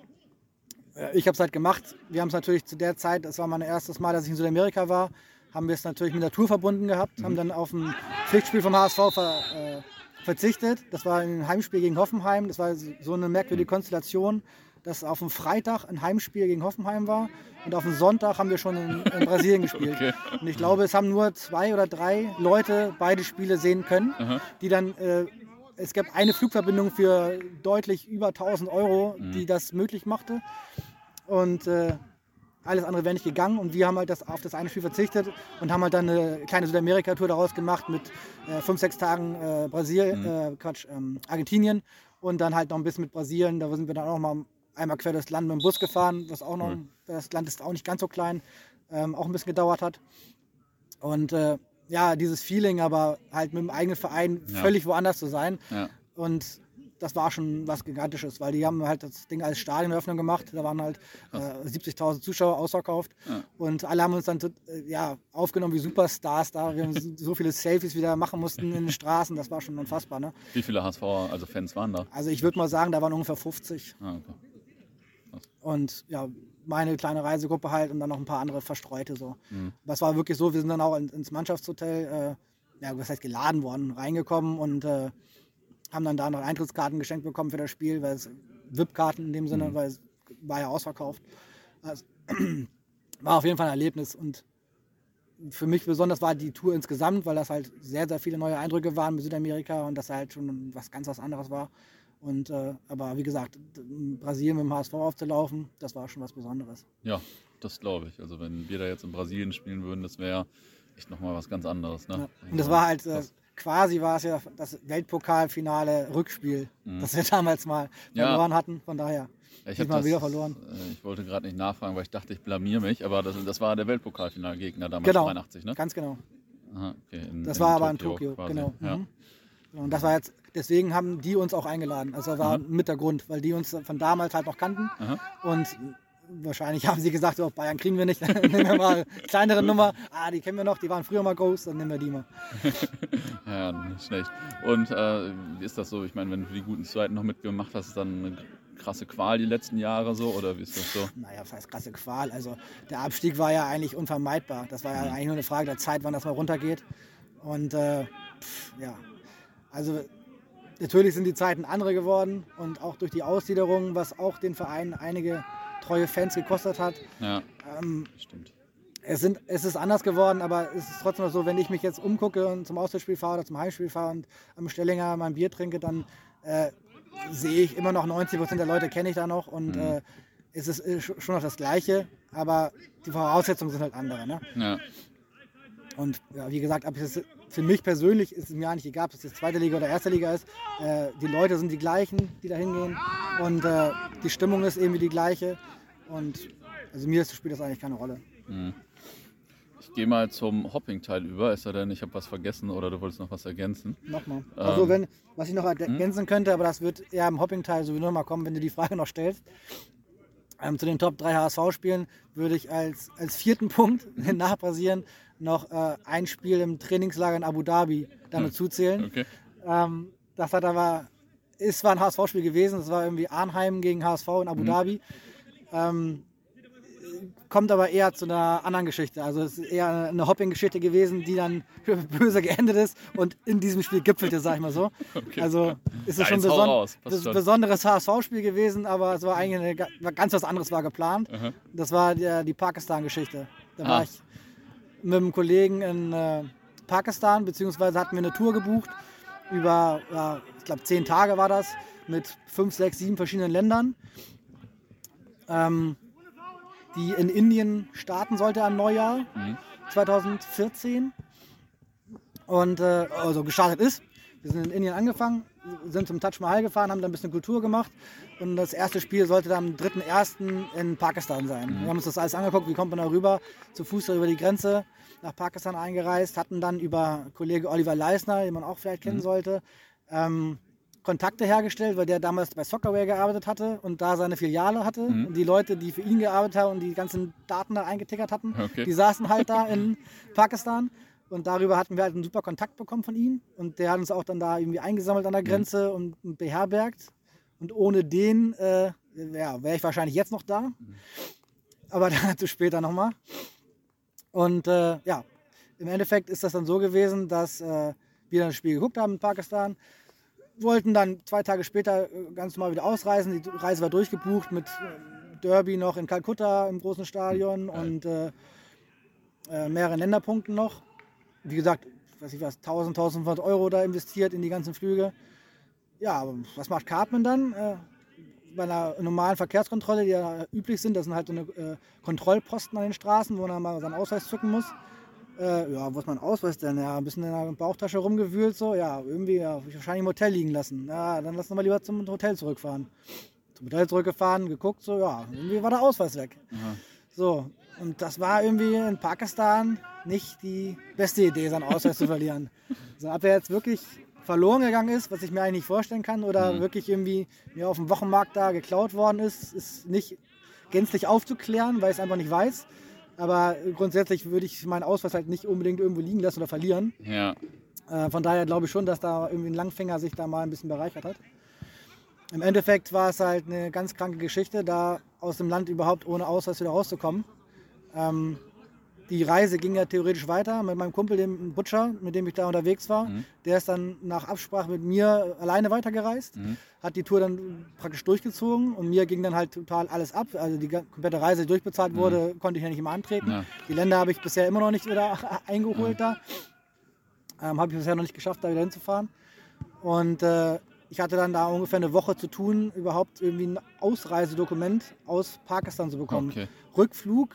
Speaker 1: Ich habe es halt gemacht. Wir haben es natürlich zu der Zeit, das war mein erstes Mal, dass ich in Südamerika war, haben wir es natürlich mit der Tour verbunden gehabt, haben dann auf ein Pflichtspiel vom HSV verzichtet. Das war ein Heimspiel gegen Hoffenheim. Das war so eine merkwürdige Konstellation, dass auf dem Freitag ein Heimspiel gegen Hoffenheim war und auf dem Sonntag haben wir schon in Brasilien gespielt.
Speaker 3: Okay.
Speaker 1: Und ich glaube, es haben nur 2 oder 3 Leute beide Spiele sehen können, die dann es gab eine Flugverbindung für deutlich über 1.000 Euro, die das möglich machte. Und alles andere wäre nicht gegangen. Und wir haben halt auf das eine Spiel verzichtet und haben halt dann eine kleine Südamerika-Tour daraus gemacht mit 5-6 Tagen Argentinien und dann halt noch ein bisschen mit Brasilien. Da sind wir dann auch mal einmal quer das Land mit dem Bus gefahren, was auch noch, das Land ist auch nicht ganz so klein, auch ein bisschen gedauert hat. Und ja, dieses Feeling, aber halt mit dem eigenen Verein völlig woanders zu sein.
Speaker 3: Ja.
Speaker 1: Und das war schon was Gigantisches, weil die haben halt das Ding als Stadioneröffnung gemacht. Da waren halt 70.000 Zuschauer ausverkauft. Ja. Und alle haben uns dann aufgenommen wie Superstars da. Wir haben so viele Selfies wieder machen mussten in den Straßen. Das war schon unfassbar. Ne?
Speaker 3: Wie viele HSV-Fans waren da?
Speaker 1: Also ich würde mal sagen, da waren ungefähr 50.
Speaker 3: Ah, okay.
Speaker 1: Und ja, meine kleine Reisegruppe halt und dann noch ein paar andere Verstreute so. Das war wirklich so, wir sind dann auch ins Mannschaftshotel, was heißt geladen worden, reingekommen und haben dann da noch Eintrittskarten geschenkt bekommen für das Spiel, weil es VIP-Karten in dem Sinne, weil es war ja ausverkauft. Also, war auf jeden Fall ein Erlebnis und für mich besonders war die Tour insgesamt, weil das halt sehr, sehr viele neue Eindrücke waren mit Südamerika und das halt schon was anderes war. Und, aber wie gesagt, in Brasilien mit dem HSV aufzulaufen, das war schon was Besonderes.
Speaker 3: Ja, das glaube ich. Also wenn wir da jetzt in Brasilien spielen würden, das wäre echt nochmal was ganz anderes. Ne?
Speaker 1: Ja. Und das war halt, quasi war es ja das Weltpokalfinale Rückspiel, das wir damals mal verloren hatten. Von daher, mal wieder verloren.
Speaker 3: Ich wollte gerade nicht nachfragen, weil ich dachte, ich blamier mich, aber das war der Weltpokalfinalgegner damals,
Speaker 1: genau,
Speaker 3: 83, ne?
Speaker 1: Ganz genau.
Speaker 3: Aha, okay.
Speaker 1: Das war aber in Tokio,
Speaker 3: quasi.
Speaker 1: genau.
Speaker 3: Ja.
Speaker 1: Und das war jetzt, deswegen haben die uns auch eingeladen. Also das war mit der Grund, weil die uns von damals halt noch kannten. Und wahrscheinlich haben sie gesagt, oh, Bayern kriegen wir nicht, dann nehmen wir mal eine kleinere Nummer. Die kennen wir noch, die waren früher mal groß, dann nehmen wir die mal.
Speaker 3: Ja, nicht schlecht. Und wie ist das so? Ich meine, wenn du die guten Zeiten noch mitgemacht hast, ist dann eine krasse Qual die letzten Jahre so, oder wie ist das so?
Speaker 1: Naja, das heißt krasse Qual. Also der Abstieg war ja eigentlich unvermeidbar. Das war ja eigentlich nur eine Frage der Zeit, wann das mal runtergeht. Und ja, also natürlich sind die Zeiten andere geworden und auch durch die Ausgliederung, was auch den Verein einige treue Fans gekostet hat.
Speaker 3: Ja, stimmt.
Speaker 1: Es ist anders geworden, aber es ist trotzdem so, wenn ich mich jetzt umgucke und zum Auswärtsspiel fahre oder zum Heimspiel fahre und am Stellinger mein Bier trinke, dann sehe ich immer noch 90% der Leute kenne ich da noch und es ist schon noch das Gleiche, aber die Voraussetzungen sind halt andere. Ne?
Speaker 3: Ja.
Speaker 1: Und ja, wie gesagt, für mich persönlich ist es mir eigentlich egal, ob es jetzt zweite Liga oder erste Liga ist. Die Leute sind die gleichen, die da hingehen und die Stimmung ist irgendwie die gleiche und also mir spielt das eigentlich keine Rolle.
Speaker 3: Ich gehe mal zum Hopping-Teil über, es sei denn, ich habe was vergessen oder du wolltest noch was ergänzen.
Speaker 1: Nochmal. Also was ich noch ergänzen könnte, aber das wird eher im Hopping-Teil sowieso mal kommen, wenn du die Frage noch stellst. Zu den Top 3 HSV-Spielen würde ich als 4. Punkt nach Brasilien noch ein Spiel im Trainingslager in Abu Dhabi damit zuzählen.
Speaker 3: Okay.
Speaker 1: Das hat aber, es war ein HSV-Spiel gewesen, das war irgendwie Arnheim gegen HSV in Abu Dhabi. Kommt aber eher zu einer anderen Geschichte. Also es ist eher eine Hopping-Geschichte gewesen, die dann böse geendet ist und in diesem Spiel gipfelte, sag ich mal so. Okay. Also ist es schon ein besonderes HSV-Spiel gewesen, aber es war eigentlich ganz was anderes war geplant. Das war die Pakistan-Geschichte. Da war ich mit einem Kollegen in Pakistan, beziehungsweise hatten wir eine Tour gebucht über, ich glaube 10 Tage war das, mit 5, 6, 7 verschiedenen Ländern. Die in Indien starten sollte am Neujahr 2014. und also gestartet ist. Wir sind in Indien angefangen, sind zum Taj Mahal gefahren, haben da ein bisschen Kultur gemacht und das erste Spiel sollte dann am 3.1. in Pakistan sein. Wir haben uns das alles angeguckt, wie kommt man da rüber, zu Fuß über die Grenze nach Pakistan eingereist, hatten dann über Kollege Oliver Leisner, den man auch vielleicht kennen sollte, Kontakte hergestellt, weil der damals bei Soccerway gearbeitet hatte und da seine Filiale hatte. Und die Leute, die für ihn gearbeitet haben und die ganzen Daten da eingetickert hatten, die saßen halt da in Pakistan. Und darüber hatten wir halt einen super Kontakt bekommen von ihm. Und der hat uns auch dann da irgendwie eingesammelt an der Grenze und beherbergt. Und ohne den wäre ich wahrscheinlich jetzt noch da. Aber dazu später nochmal. Und im Endeffekt ist das dann so gewesen, dass wir dann das Spiel geguckt haben in Pakistan. Wollten dann 2 Tage später ganz normal wieder ausreisen. Die Reise war durchgebucht mit Derby noch in Kalkutta im großen Stadion und mehreren Länderpunkten noch. Wie gesagt, weiß ich was, 1500 Euro da investiert in die ganzen Flüge. Ja, aber was macht Cartman dann? Bei einer normalen Verkehrskontrolle, die ja üblich sind, das sind halt so eine Kontrollposten an den Straßen, wo man mal seinen Ausweis zücken muss. Wo ist mein Ausweis denn? Ja, ein bisschen in der Bauchtasche rumgewühlt, so. Ja, irgendwie wahrscheinlich im Hotel liegen lassen. Ja, dann lassen wir lieber zum Hotel zurückfahren. Zum Hotel zurückgefahren, geguckt, so, ja, irgendwie war der Ausweis weg. Aha. So, und das war irgendwie in Pakistan nicht die beste Idee, seinen Ausweis zu verlieren. Also, ob er jetzt wirklich verloren gegangen ist, was ich mir eigentlich nicht vorstellen kann, oder wirklich irgendwie mir auf dem Wochenmarkt da geklaut worden ist nicht gänzlich aufzuklären, weil ich es einfach nicht weiß. Aber grundsätzlich würde ich meinen Ausweis halt nicht unbedingt irgendwo liegen lassen oder verlieren. Ja. Von daher glaube ich schon, dass da irgendwie ein Langfinger sich da mal ein bisschen bereichert hat. Im Endeffekt war es halt eine ganz kranke Geschichte, da aus dem Land überhaupt ohne Ausweis wieder rauszukommen. Die Reise ging ja theoretisch weiter mit meinem Kumpel, dem Butcher, mit dem ich da unterwegs war. Der ist dann nach Absprache mit mir alleine weitergereist, hat die Tour dann praktisch durchgezogen und mir ging dann halt total alles ab. Also die komplette Reise, die durchbezahlt wurde, konnte ich ja nicht mehr antreten. Ja. Die Länder habe ich bisher immer noch nicht wieder eingeholt da. Habe ich bisher noch nicht geschafft, da wieder hinzufahren. Und ich hatte dann da ungefähr eine Woche zu tun, überhaupt irgendwie ein Ausreisedokument aus Pakistan zu bekommen. Okay. Rückflug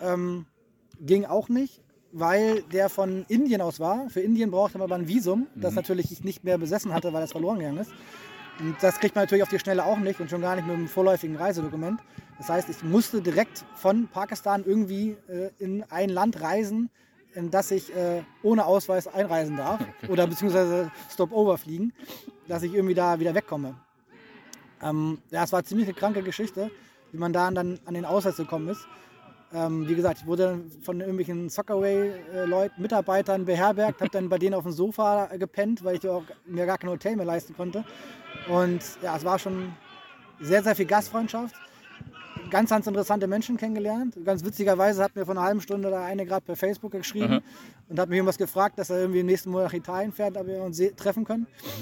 Speaker 1: ging auch nicht, weil der von Indien aus war. Für Indien brauchte man aber ein Visum, das natürlich ich nicht mehr besessen hatte, weil das verloren gegangen ist. Und das kriegt man natürlich auf die Schnelle auch nicht und schon gar nicht mit einem vorläufigen Reisedokument. Das heißt, ich musste direkt von Pakistan irgendwie in ein Land reisen, in das ich ohne Ausweis einreisen darf oder beziehungsweise Stopover fliegen, dass ich irgendwie da wieder wegkomme. Es war ziemlich eine kranke Geschichte, wie man da dann an den Ausweis gekommen ist. Wie gesagt, ich wurde von irgendwelchen Soccerway-Leuten, Mitarbeitern beherbergt, habe dann bei denen auf dem Sofa gepennt, weil ich mir gar kein Hotel mehr leisten konnte. Und ja, es war schon sehr, sehr viel Gastfreundschaft. Ganz interessante Menschen kennengelernt. Ganz witzigerweise hat mir vor einer halben Stunde da eine gerade per Facebook geschrieben und hat mich irgendwas gefragt, dass er irgendwie im nächsten Monat nach Italien fährt, ob wir uns treffen können.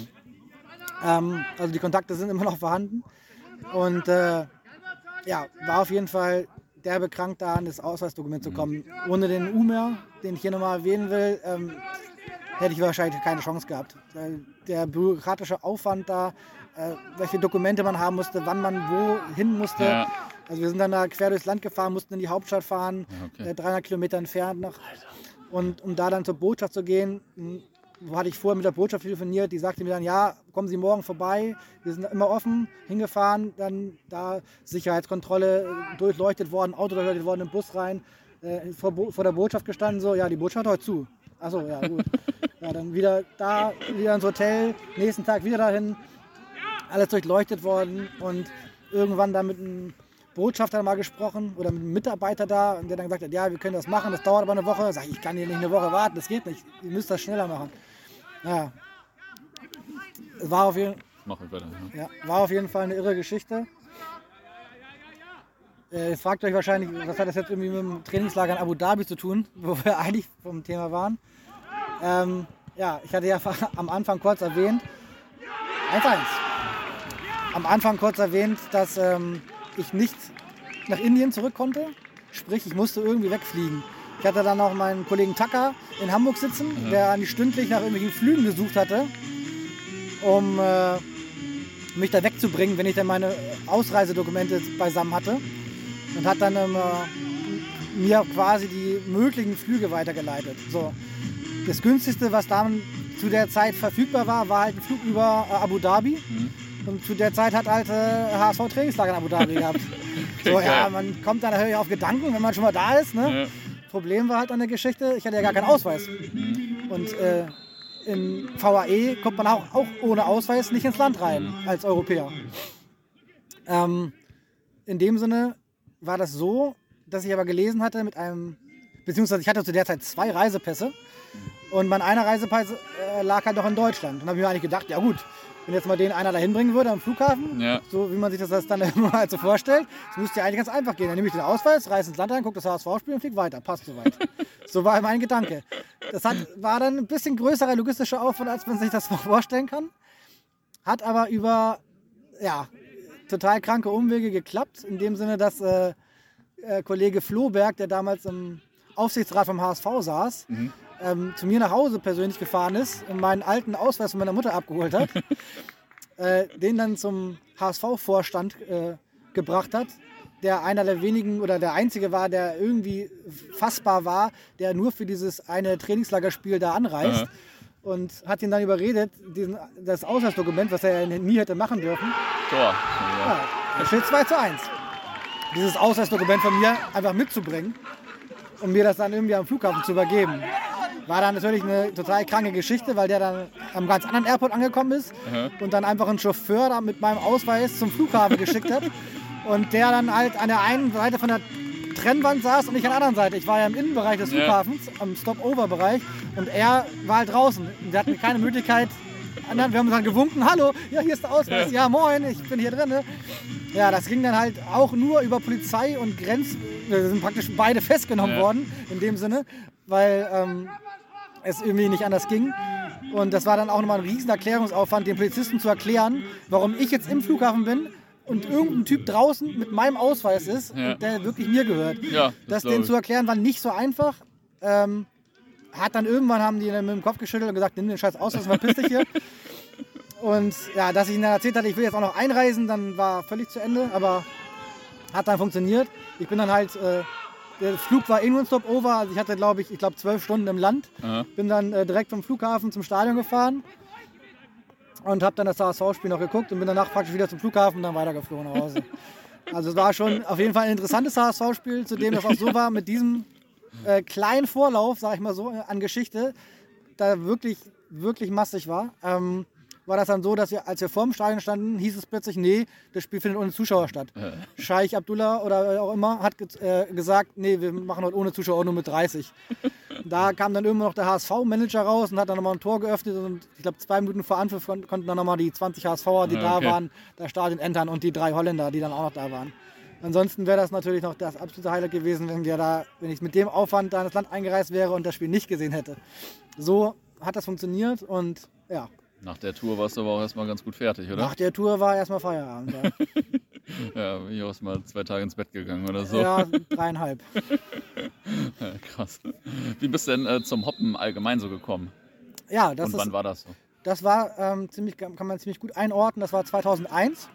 Speaker 1: Also die Kontakte sind immer noch vorhanden. Und war auf jeden Fall derbe krank, da an das Ausweisdokument zu kommen. Ohne den Umer, den ich hier nochmal erwähnen will, hätte ich wahrscheinlich keine Chance gehabt. Der bürokratische Aufwand da, welche Dokumente man haben musste, wann man wohin musste. Ja. Also wir sind dann da quer durchs Land gefahren, mussten in die Hauptstadt fahren, 300 Kilometer entfernt. Und um da dann zur Botschaft zu gehen, hatte ich vorher mit der Botschaft telefoniert, die sagte mir dann, ja, kommen Sie morgen vorbei, wir sind immer offen, hingefahren, dann da Sicherheitskontrolle durchleuchtet worden, Auto durchleuchtet worden, im Bus rein, vor der Botschaft gestanden, so, ja, die Botschaft hat heute zu. Achso, ja, gut. Ja, dann wieder ins Hotel, nächsten Tag wieder dahin, alles durchleuchtet worden und irgendwann da mit einem Botschafter mal gesprochen oder mit einem Mitarbeiter da und der dann gesagt hat, ja, wir können das machen, das dauert aber eine Woche. Sag ich kann hier nicht eine Woche warten, das geht nicht, ihr müsst das schneller machen. Ja, es war auf jeden Fall eine irre Geschichte. Jetzt fragt euch wahrscheinlich, was hat das jetzt irgendwie mit dem Trainingslager in Abu Dhabi zu tun, wo wir eigentlich vom Thema waren. Ich hatte ja am Anfang kurz erwähnt, dass ich nicht nach Indien zurück konnte, sprich ich musste irgendwie wegfliegen. Ich hatte dann auch meinen Kollegen Tucker in Hamburg sitzen, der eigentlich stündlich nach irgendwelchen Flügen gesucht hatte, um mich da wegzubringen, wenn ich dann meine Ausreisedokumente beisammen hatte und hat dann mir quasi die möglichen Flüge weitergeleitet. So. das günstigste, was dann zu der Zeit verfügbar war, war halt ein Flug über Abu Dhabi. Und zu der Zeit hat halt HSV-Trainingslager in Abu Dhabi gehabt. So, ja, man kommt dann natürlich auf Gedanken, wenn man schon mal da ist. Ne?
Speaker 3: Ja.
Speaker 1: Problem war halt an der Geschichte, ich hatte ja gar keinen Ausweis. Und in VAE kommt man auch ohne Ausweis nicht ins Land rein, als Europäer. In dem Sinne war das so, dass ich aber gelesen hatte beziehungsweise ich hatte zu der Zeit 2 Reisepässe und mein einer Reisepass lag halt noch in Deutschland. Und habe ich mir eigentlich gedacht, ja gut, wenn jetzt mal den einer dahin bringen würde am Flughafen, so wie man sich das dann immer halt so vorstellt, das müsste ja eigentlich ganz einfach gehen. Dann nehme ich den Ausweis, reise ins Land rein, gucke das HSV-Spiel und fliege weiter. Passt soweit. So war mein Gedanke. Das war dann ein bisschen größerer logistischer Aufwand, als man sich das vorstellen kann. Hat aber über total kranke Umwege geklappt. In dem Sinne, dass Kollege Floberg, der damals im Aufsichtsrat vom HSV saß, zu mir nach Hause persönlich gefahren ist und meinen alten Ausweis von meiner Mutter abgeholt hat, den dann zum HSV-Vorstand gebracht hat, der einer der wenigen oder der einzige war, der irgendwie fassbar war, der nur für dieses eine Trainingslagerspiel da anreist. Und hat ihn dann überredet, das Ausweisdokument, was er nie hätte machen dürfen, da steht 2:1. Dieses Ausweisdokument von mir einfach mitzubringen und mir das dann irgendwie am Flughafen zu übergeben. War dann natürlich eine total kranke Geschichte, weil der dann am ganz anderen Airport angekommen ist und dann einfach einen Chauffeur da mit meinem Ausweis zum Flughafen geschickt hat und der dann halt an der einen Seite von der Trennwand saß und ich an der anderen Seite. Ich war ja im Innenbereich des Flughafens, am Stop-Over-Bereich und er war halt draußen. Und wir hatten keine Möglichkeit, wir haben uns dann gewunken, hallo, ja, hier ist der Ausweis, ja moin, ich bin hier drin. Ja, das ging dann halt auch nur über Polizei und wir sind praktisch beide festgenommen worden, in dem Sinne, weil es irgendwie nicht anders ging. Und das war dann auch nochmal ein riesen Erklärungsaufwand, den Polizisten zu erklären, warum ich jetzt im Flughafen bin und irgendein Typ draußen mit meinem Ausweis ist, und der wirklich mir gehört.
Speaker 3: Ja,
Speaker 1: das denen zu erklären war nicht so einfach. Haben die mit dem Kopf geschüttelt und gesagt, nimm den scheiß Ausweis und verpiss dich hier. Und ja, dass ich ihnen dann erzählt hatte, ich will jetzt auch noch einreisen, dann war völlig zu Ende, aber hat dann funktioniert. Ich bin dann halt, der Flug war nur ein Stopover, also ich hatte glaube ich 12 Stunden im Land. Bin dann direkt vom Flughafen zum Stadion gefahren und habe dann das HSV-Spiel noch geguckt und bin danach praktisch wieder zum Flughafen und dann weitergeflogen nach Hause. Also es war schon auf jeden Fall ein interessantes HSV-Spiel, zu dem das auch so war, mit diesem kleinen Vorlauf, sag ich mal so, an Geschichte, da wirklich, wirklich massig war. War das dann so, dass als wir vor dem Stadion standen, hieß es plötzlich, nee, das Spiel findet ohne Zuschauer statt. Scheich Abdullah oder wer auch immer hat gesagt, nee, wir machen heute ohne Zuschauer, nur mit 30. Da kam dann irgendwann noch der HSV-Manager raus und hat dann nochmal ein Tor geöffnet und ich glaube 2 Minuten vor Anpfiff konnten dann nochmal die 20 HSVer, die da waren, das Stadion entern und die 3 Holländer, die dann auch noch da waren. Ansonsten wäre das natürlich noch das absolute Highlight gewesen, wenn ich mit dem Aufwand da ins Land eingereist wäre und das Spiel nicht gesehen hätte. So hat das funktioniert und ja.
Speaker 3: Nach der Tour warst du aber auch erstmal ganz gut fertig, oder?
Speaker 1: Nach der Tour war erstmal Feierabend. Ja,
Speaker 3: ja, bin ich auch mal 2 Tage ins Bett gegangen oder so.
Speaker 1: Ja, 3,5.
Speaker 3: Ja, krass. Wie bist du denn zum Hoppen allgemein so gekommen?
Speaker 1: Ja,
Speaker 3: und wann war das so?
Speaker 1: Das war kann man ziemlich gut einordnen, das war 2001.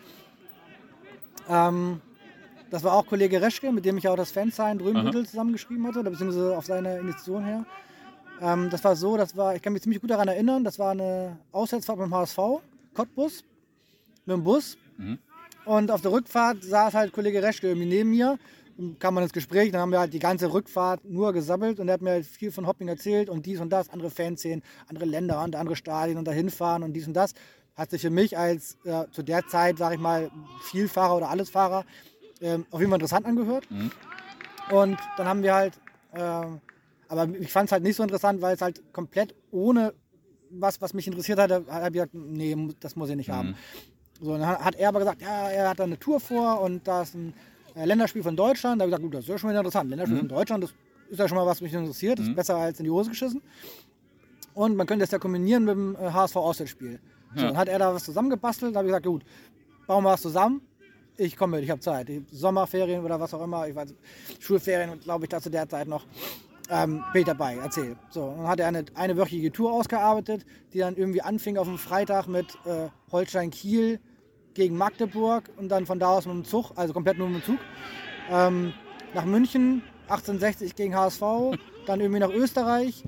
Speaker 1: Das war auch Kollege Reschke, mit dem ich auch das Fansign Drömenbüttel zusammengeschrieben hatte, oder beziehungsweise auf seine Initiation her. Das war so, ich kann mich ziemlich gut daran erinnern, das war eine Auswärtsfahrt mit dem HSV, Cottbus, mit dem Bus. Und auf der Rückfahrt saß halt Kollege Reschke irgendwie neben mir. Dann kam man ins Gespräch, dann haben wir halt die ganze Rückfahrt nur gesammelt und er hat mir halt viel von Hopping erzählt und dies und das, andere Fanszenen, andere Länder und andere Stadien und dahin fahren und dies und das. Hat sich für mich als zu der Zeit, sage ich mal, Vielfahrer oder Allesfahrer auf jeden Fall interessant angehört. Und dann haben wir halt, aber ich fand es halt nicht so interessant, weil es halt komplett ohne was mich interessiert hatte, habe ich gesagt, nee, das muss ich nicht haben. So, dann hat er aber gesagt, ja, er hat da eine Tour vor und da ist ein Länderspiel von Deutschland. Da habe ich gesagt, gut, das ist ja schon wieder interessant. Länderspiel von Deutschland, das ist ja schon mal was mich interessiert, das ist besser als in die Hose geschissen. Und man könnte das ja kombinieren mit dem HSV-Auswärtsspiel. So, dann hat er da was zusammengebastelt, da habe ich gesagt, gut, bauen wir was zusammen. Ich komme mit, ich habe Zeit. Sommerferien oder was auch immer, ich weiß, Schulferien, glaube ich, da zu der Zeit noch. Bin ich dabei, erzähl. So, dann hat er eine wöchige Tour ausgearbeitet, die dann irgendwie anfing auf dem Freitag mit Holstein-Kiel gegen Magdeburg und dann von da aus mit dem Zug, also komplett nur mit dem Zug, nach München, 1860 gegen HSV, dann irgendwie nach Österreich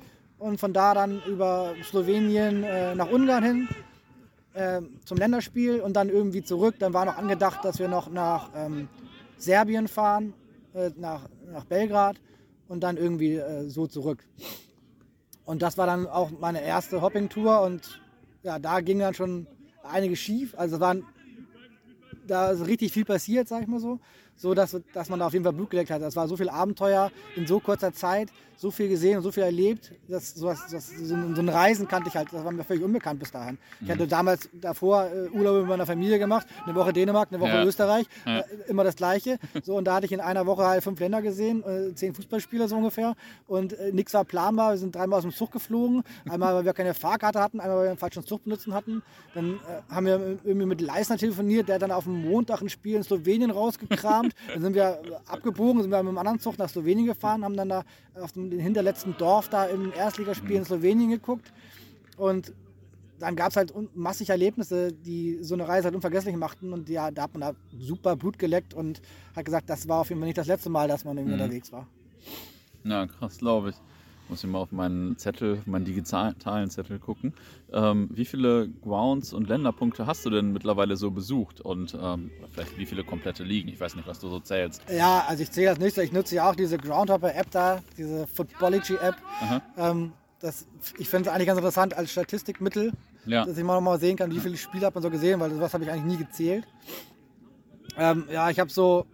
Speaker 1: und von da dann über Slowenien nach Ungarn hin zum Länderspiel und dann irgendwie zurück. Dann war noch angedacht, dass wir noch nach Serbien fahren, nach Belgrad und dann irgendwie so zurück. Und das war dann auch meine erste Hopping-Tour und ja, da ging dann schon einiges schief. Also da ist richtig viel passiert, sag ich mal so dass man da auf jeden Fall Blut geleckt hat. Das war so viel Abenteuer in so kurzer Zeit, so viel gesehen und so viel erlebt. So ein Reisen kannte ich halt, das war mir völlig unbekannt bis dahin. Ich hatte damals davor Urlaub mit meiner Familie gemacht, eine Woche Dänemark, eine Woche Österreich, immer das Gleiche. So, und da hatte ich in einer Woche halt 5 Länder gesehen, 10 Fußballspieler so ungefähr und nichts war planbar. Wir sind 3-mal aus dem Zug geflogen, einmal weil wir keine Fahrkarte hatten, einmal weil wir einen falschen Zug benutzen hatten. Dann haben wir irgendwie mit Leisner telefoniert, der hat dann auf dem Montag ein Spiel in Slowenien rausgekramt. Dann sind wir abgebogen, sind wir mit einem anderen Zug nach Slowenien gefahren, haben dann da auf dem hinterletzten Dorf da im Erstligaspiel in Slowenien geguckt. Und dann gab es halt massig Erlebnisse, die so eine Reise halt unvergesslich machten. Und ja, da hat man da super Blut geleckt und hat gesagt, das war auf jeden Fall nicht das letzte Mal, dass man irgendwie unterwegs war.
Speaker 3: Ja, krass, glaube ich. Muss ich mal auf meinen Zettel, meinen digitalen Zettel gucken. Wie viele Grounds und Länderpunkte hast du denn mittlerweile so besucht? Und vielleicht wie viele komplette Ligen? Ich weiß nicht, was du so zählst.
Speaker 1: Ja, also ich zähle das nicht. Ich nutze ja auch diese Groundhopper-App da, diese Footballogy-App. Ich finde es eigentlich ganz interessant als Statistikmittel, dass ich mal noch mal sehen kann, wie viele Spiele hat man so gesehen, weil sowas habe ich eigentlich nie gezählt. Ja, ich habe so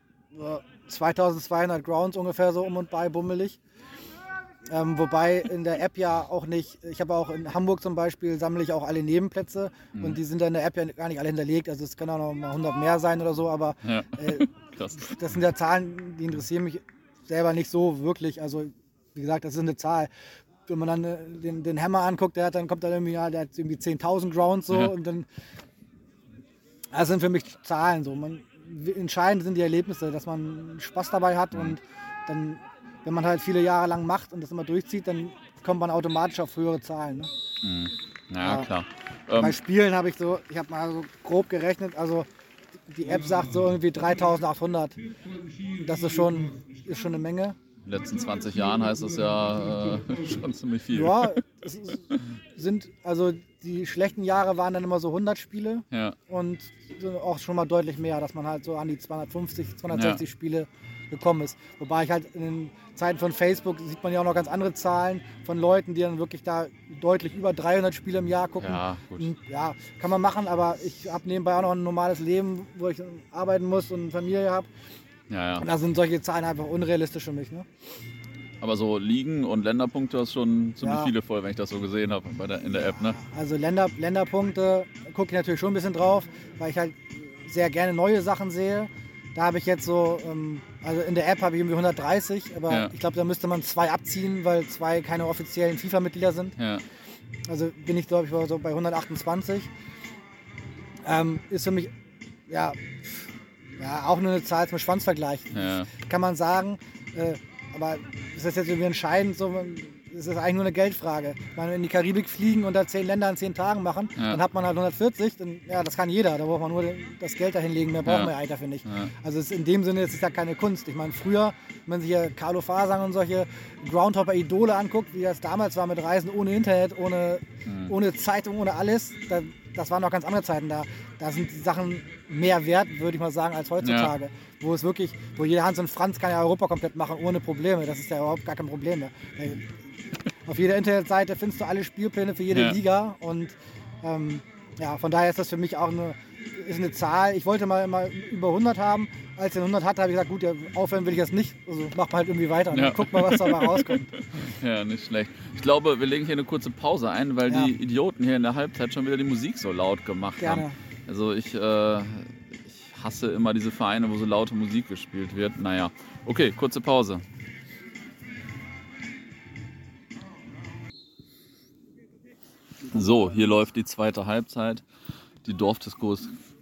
Speaker 1: 2200 Grounds ungefähr so um und bei bummelig. Wobei in der App ja auch nicht, ich habe auch in Hamburg zum Beispiel, sammle ich auch alle Nebenplätze und die sind dann in der App ja gar nicht alle hinterlegt, also es können auch noch mal 100 mehr sein oder so, aber
Speaker 3: Krass.
Speaker 1: Das sind ja Zahlen, die interessieren mich selber nicht so wirklich, also wie gesagt, das ist eine Zahl. Wenn man dann den Hammer anguckt, dann kommt dann irgendwie, der hat irgendwie 10.000 Grounds so und dann, das sind für mich Zahlen so. Entscheidend sind die Erlebnisse, dass man Spaß dabei hat und dann, wenn man halt viele Jahre lang macht und das immer durchzieht, dann kommt man automatisch auf höhere Zahlen. Ne?
Speaker 3: Ja, klar.
Speaker 1: Bei Spielen habe ich habe mal so grob gerechnet, also die App sagt so irgendwie 3.800. Das ist schon eine Menge.
Speaker 3: In den letzten 20 Jahren heißt das ja schon ziemlich viel.
Speaker 1: Ja, also die schlechten Jahre waren dann immer so 100 Spiele und auch schon mal deutlich mehr, dass man halt so an die 250, 260 Spiele gekommen ist. Wobei ich halt in den Zeiten von Facebook sieht man ja auch noch ganz andere Zahlen von Leuten, die dann wirklich da deutlich über 300 Spiele im Jahr gucken.
Speaker 3: Ja, gut.
Speaker 1: Und, ja, kann man machen, aber ich habe nebenbei auch noch ein normales Leben, wo ich arbeiten muss und eine Familie habe.
Speaker 3: Ja.
Speaker 1: Und da sind solche Zahlen einfach unrealistisch für mich. Ne?
Speaker 3: Aber so Ligen und Länderpunkte hast schon ziemlich viele voll, wenn ich das so gesehen habe in der App. Ne?
Speaker 1: Also Länderpunkte gucke ich natürlich schon ein bisschen drauf, weil ich halt sehr gerne neue Sachen sehe. Da habe ich jetzt so, also in der App habe ich irgendwie 130, aber ich glaube, da müsste man 2 abziehen, weil 2 keine offiziellen FIFA-Mitglieder sind. Ja. Also bin ich, glaube ich, so bei 128. Ist für mich, auch nur eine Zahl zum Schwanzvergleich. Ja. Kann man sagen, aber ist das jetzt irgendwie entscheidend? So, es ist eigentlich nur eine Geldfrage. Wenn wir in die Karibik fliegen und da 10 Länder in 10 Tagen machen, dann hat man halt 140, dann, das kann jeder. Da braucht man nur das Geld dahin legen, mehr brauchen wir eigentlich dafür nicht. Ja. Also in dem Sinne ist es ja keine Kunst. Ich meine, früher, wenn man sich hier Carlo Fasang und solche Groundhopper-Idole anguckt, wie das damals war mit Reisen ohne Internet, ohne Zeitung, ohne alles, das waren noch ganz andere Zeiten da. Da sind die Sachen mehr wert, würde ich mal sagen, als heutzutage. Ja. Wo jeder Hans und Franz kann ja Europa komplett machen, ohne Probleme. Das ist ja überhaupt gar kein Problem mehr. Auf jeder Internetseite findest du alle Spielpläne für jede Liga und von daher ist das für mich auch eine Zahl. Ich wollte mal über 100 haben. Als ich 100 hatte, habe ich gesagt, gut, aufhören will ich jetzt nicht. Also macht mal halt irgendwie weiter und guck mal, was dabei rauskommt.
Speaker 3: Ja, nicht schlecht. Ich glaube, wir legen hier eine kurze Pause ein, weil die Idioten hier in der Halbzeit schon wieder die Musik so laut gemacht haben. Also ich hasse immer diese Vereine, wo so laute Musik gespielt wird. Naja, okay, kurze Pause. So, hier läuft die zweite Halbzeit. Die Dorfdisco ist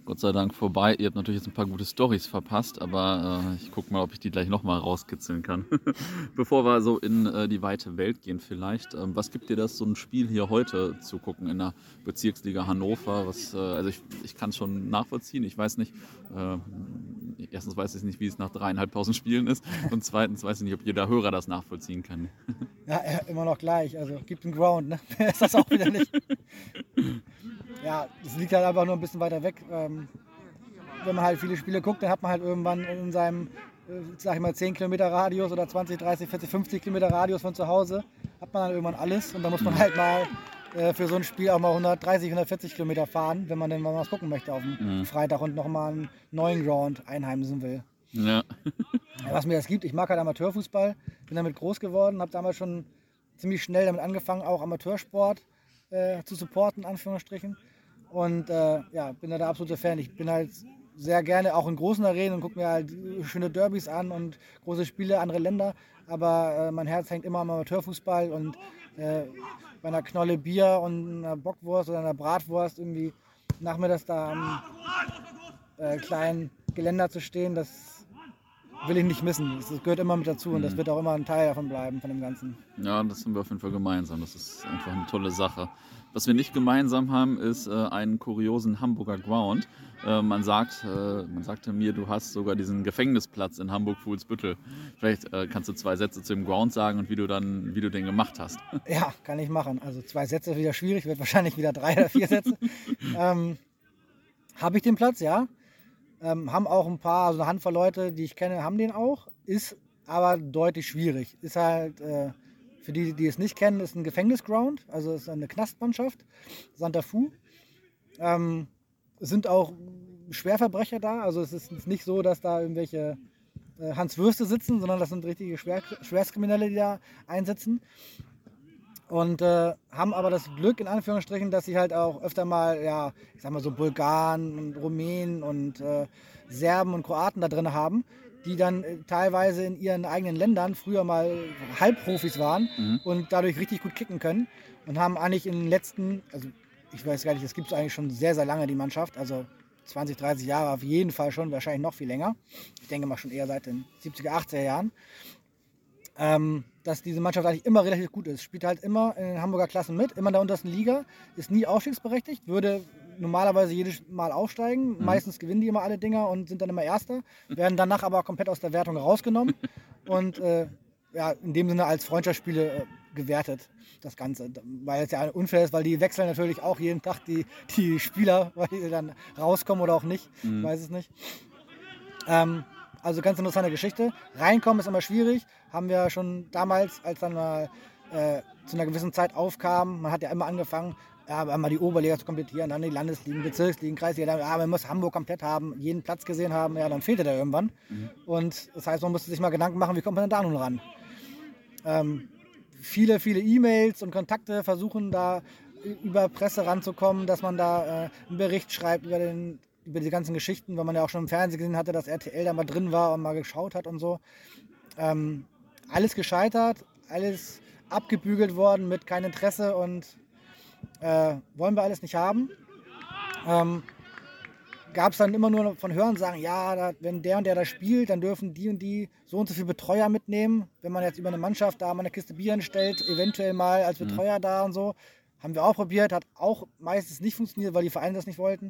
Speaker 3: Gott sei Dank vorbei. Ihr habt natürlich jetzt ein paar gute Storys verpasst, aber ich gucke mal, ob ich die gleich nochmal rauskitzeln kann. Bevor wir so in die weite Welt gehen vielleicht. Was gibt dir das, so ein Spiel hier heute zu gucken in der Bezirksliga Hannover? Also ich kann es schon nachvollziehen. Ich weiß nicht, erstens weiß ich nicht, wie es nach 3.500 Spielen ist und zweitens weiß ich nicht, ob jeder Hörer das nachvollziehen kann.
Speaker 1: Ja, immer noch gleich. Also gibt einen Ground, ne? Ist das auch wieder nicht. Ja, es liegt halt einfach nur ein bisschen weiter weg. Wenn man halt viele Spiele guckt, dann hat man halt irgendwann in seinem, sag ich mal, 10 Kilometer Radius oder 20, 30, 40, 50 Kilometer Radius von zu Hause, hat man dann irgendwann alles. Und da muss man halt mal für so ein Spiel auch mal 130, 140 Kilometer fahren, wenn man denn mal was gucken möchte auf dem Freitag und nochmal einen neuen Ground einheimsen will.
Speaker 3: Ja.
Speaker 1: Was mir das gibt, ich mag halt Amateurfußball, bin damit groß geworden, habe damals schon ziemlich schnell damit angefangen, auch Amateursport zu supporten, in Anführungsstrichen. Und bin da der absolute Fan. Ich bin halt sehr gerne auch in großen Arenen und gucke mir halt schöne Derbys an und große Spiele, andere Länder. Aber mein Herz hängt immer am Amateurfußball und bei einer Knolle Bier und einer Bockwurst oder einer Bratwurst irgendwie nachmittags da am kleinen Geländer zu stehen, das will ich nicht missen. Das gehört immer mit dazu und das wird auch immer ein Teil davon bleiben, von dem Ganzen.
Speaker 3: Ja, das haben wir auf jeden Fall gemeinsam. Das ist einfach eine tolle Sache. Was wir nicht gemeinsam haben, ist einen kuriosen Hamburger Ground. Man sagte mir, du hast sogar diesen Gefängnisplatz in Hamburg-Fuhlsbüttel. Vielleicht kannst du 2 Sätze zu dem Ground sagen und wie du den gemacht hast.
Speaker 1: Ja, kann ich machen. Also 2 Sätze ist wieder schwierig, wird wahrscheinlich wieder 3 oder 4 Sätze. Habe ich den Platz, ja. Haben auch ein paar, also eine Handvoll Leute, die ich kenne, haben den auch. Ist aber deutlich schwierig. Ist halt, für die, die es nicht kennen, ist ein Gefängnisground, also ist eine Knastmannschaft, Santa Fu. Es sind auch Schwerverbrecher da, also es ist nicht so, dass da irgendwelche Hans Würste sitzen, sondern das sind richtige Schwerstkriminelle, die da einsitzen. Und haben aber das Glück, in Anführungsstrichen, dass sie halt auch öfter mal, ja, ich sag mal so Bulgaren und Rumänen und Serben und Kroaten da drin haben, die dann teilweise in ihren eigenen Ländern früher mal Halbprofis waren und dadurch richtig gut kicken können und haben eigentlich in den letzten, also ich weiß gar nicht, das gibt es eigentlich schon sehr, sehr lange, die Mannschaft, also 20, 30 Jahre auf jeden Fall schon, wahrscheinlich noch viel länger. Ich denke mal schon eher seit den 70er, 80er Jahren. Dass diese Mannschaft eigentlich immer relativ gut ist. Spielt halt immer in den Hamburger Klassen mit, immer in der untersten Liga, ist nie aufstiegsberechtigt, würde normalerweise jedes Mal aufsteigen. Meistens gewinnen die immer alle Dinger und sind dann immer Erster, werden danach aber komplett aus der Wertung rausgenommen und in dem Sinne als Freundschaftsspiele gewertet, das Ganze. Weil es ja unfair ist, weil die wechseln natürlich auch jeden Tag die Spieler, weil die dann rauskommen oder auch nicht, ich weiß es nicht. Also ganz interessante Geschichte. Reinkommen ist immer schwierig. Haben wir schon damals, als dann mal zu einer gewissen Zeit aufkam, man hat ja immer angefangen, einmal die Oberliga zu komplettieren, dann die Landesligen, Bezirksligen, Kreisliga, man muss Hamburg komplett haben, jeden Platz gesehen haben, ja, dann fehlte der irgendwann. Und das heißt, man musste sich mal Gedanken machen, wie kommt man denn da nun ran? Viele E-Mails und Kontakte versuchen da über Presse ranzukommen, dass man da einen Bericht schreibt über die ganzen Geschichten, weil man ja auch schon im Fernsehen gesehen hatte, dass RTL da mal drin war und mal geschaut hat und so. Alles gescheitert, alles abgebügelt worden mit kein Interesse und wollen wir alles nicht haben. Gab es dann immer nur von Hören sagen, ja, wenn der und der da spielt, dann dürfen die und die so und so viele Betreuer mitnehmen. Wenn man jetzt über eine Mannschaft da mal eine Kiste Bier hinstellt, eventuell mal als Betreuer da und so. Haben wir auch probiert, hat auch meistens nicht funktioniert, weil die Vereine das nicht wollten.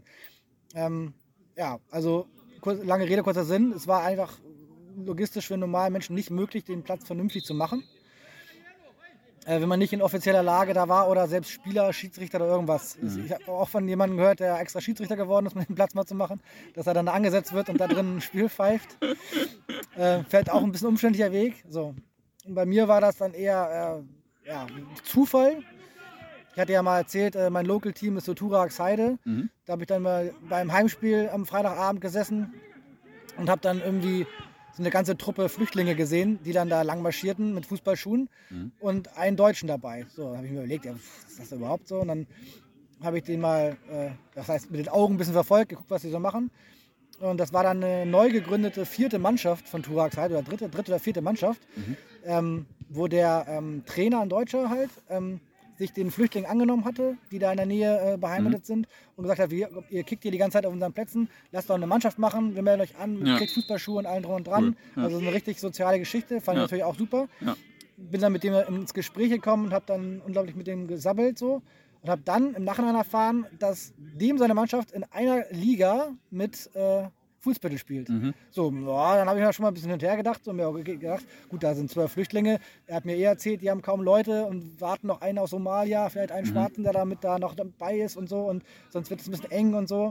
Speaker 1: Also lange Rede, kurzer Sinn. Es war einfach logistisch für einen normalen Menschen nicht möglich, den Platz vernünftig zu machen. Wenn man nicht in offizieller Lage da war oder selbst Spieler, Schiedsrichter oder irgendwas. Ich habe auch von jemandem gehört, der extra Schiedsrichter geworden ist, um den Platz mal zu machen, dass er dann angesetzt wird und da drin ein Spiel pfeift. Fällt auch ein bisschen umständlicher Weg. So. Und bei mir war das dann eher Zufall. Ich hatte ja mal erzählt, mein Local-Team ist so Turax Heide. Da habe ich dann mal beim Heimspiel am Freitagabend gesessen und habe dann irgendwie so eine ganze Truppe Flüchtlinge gesehen, die dann da lang marschierten mit Fußballschuhen und einen Deutschen dabei. So, da habe ich mir überlegt, ja, ist das überhaupt so? Und dann habe ich den mal, das heißt mit den Augen ein bisschen verfolgt, geguckt, was die so machen. Und das war dann eine neu gegründete 4. Mannschaft von Turax Heide, oder dritte oder vierte Mannschaft, wo der Trainer, ein Deutscher halt, sich den Flüchtlingen angenommen hatte, die da in der Nähe beheimatet sind und gesagt hat, ihr kickt hier die ganze Zeit auf unseren Plätzen, lasst doch eine Mannschaft machen, wir melden euch an, kriegt Fußballschuhe und allen drum und dran. Cool. Also eine richtig soziale Geschichte, fand ich natürlich auch super. Ja. Bin dann mit dem ins Gespräch gekommen und habe dann unglaublich mit dem gesabbelt so und habe dann im Nachhinein erfahren, dass dem seine Mannschaft in einer Liga mit Fußbüttel spielt. So, dann habe ich mir schon mal ein bisschen hinterher gedacht und mir auch gedacht, gut, da sind 12 Flüchtlinge. Er hat mir erzählt, die haben kaum Leute und warten noch einen aus Somalia, vielleicht einen Schwarzen, der da noch dabei ist und so und sonst wird es ein bisschen eng und so.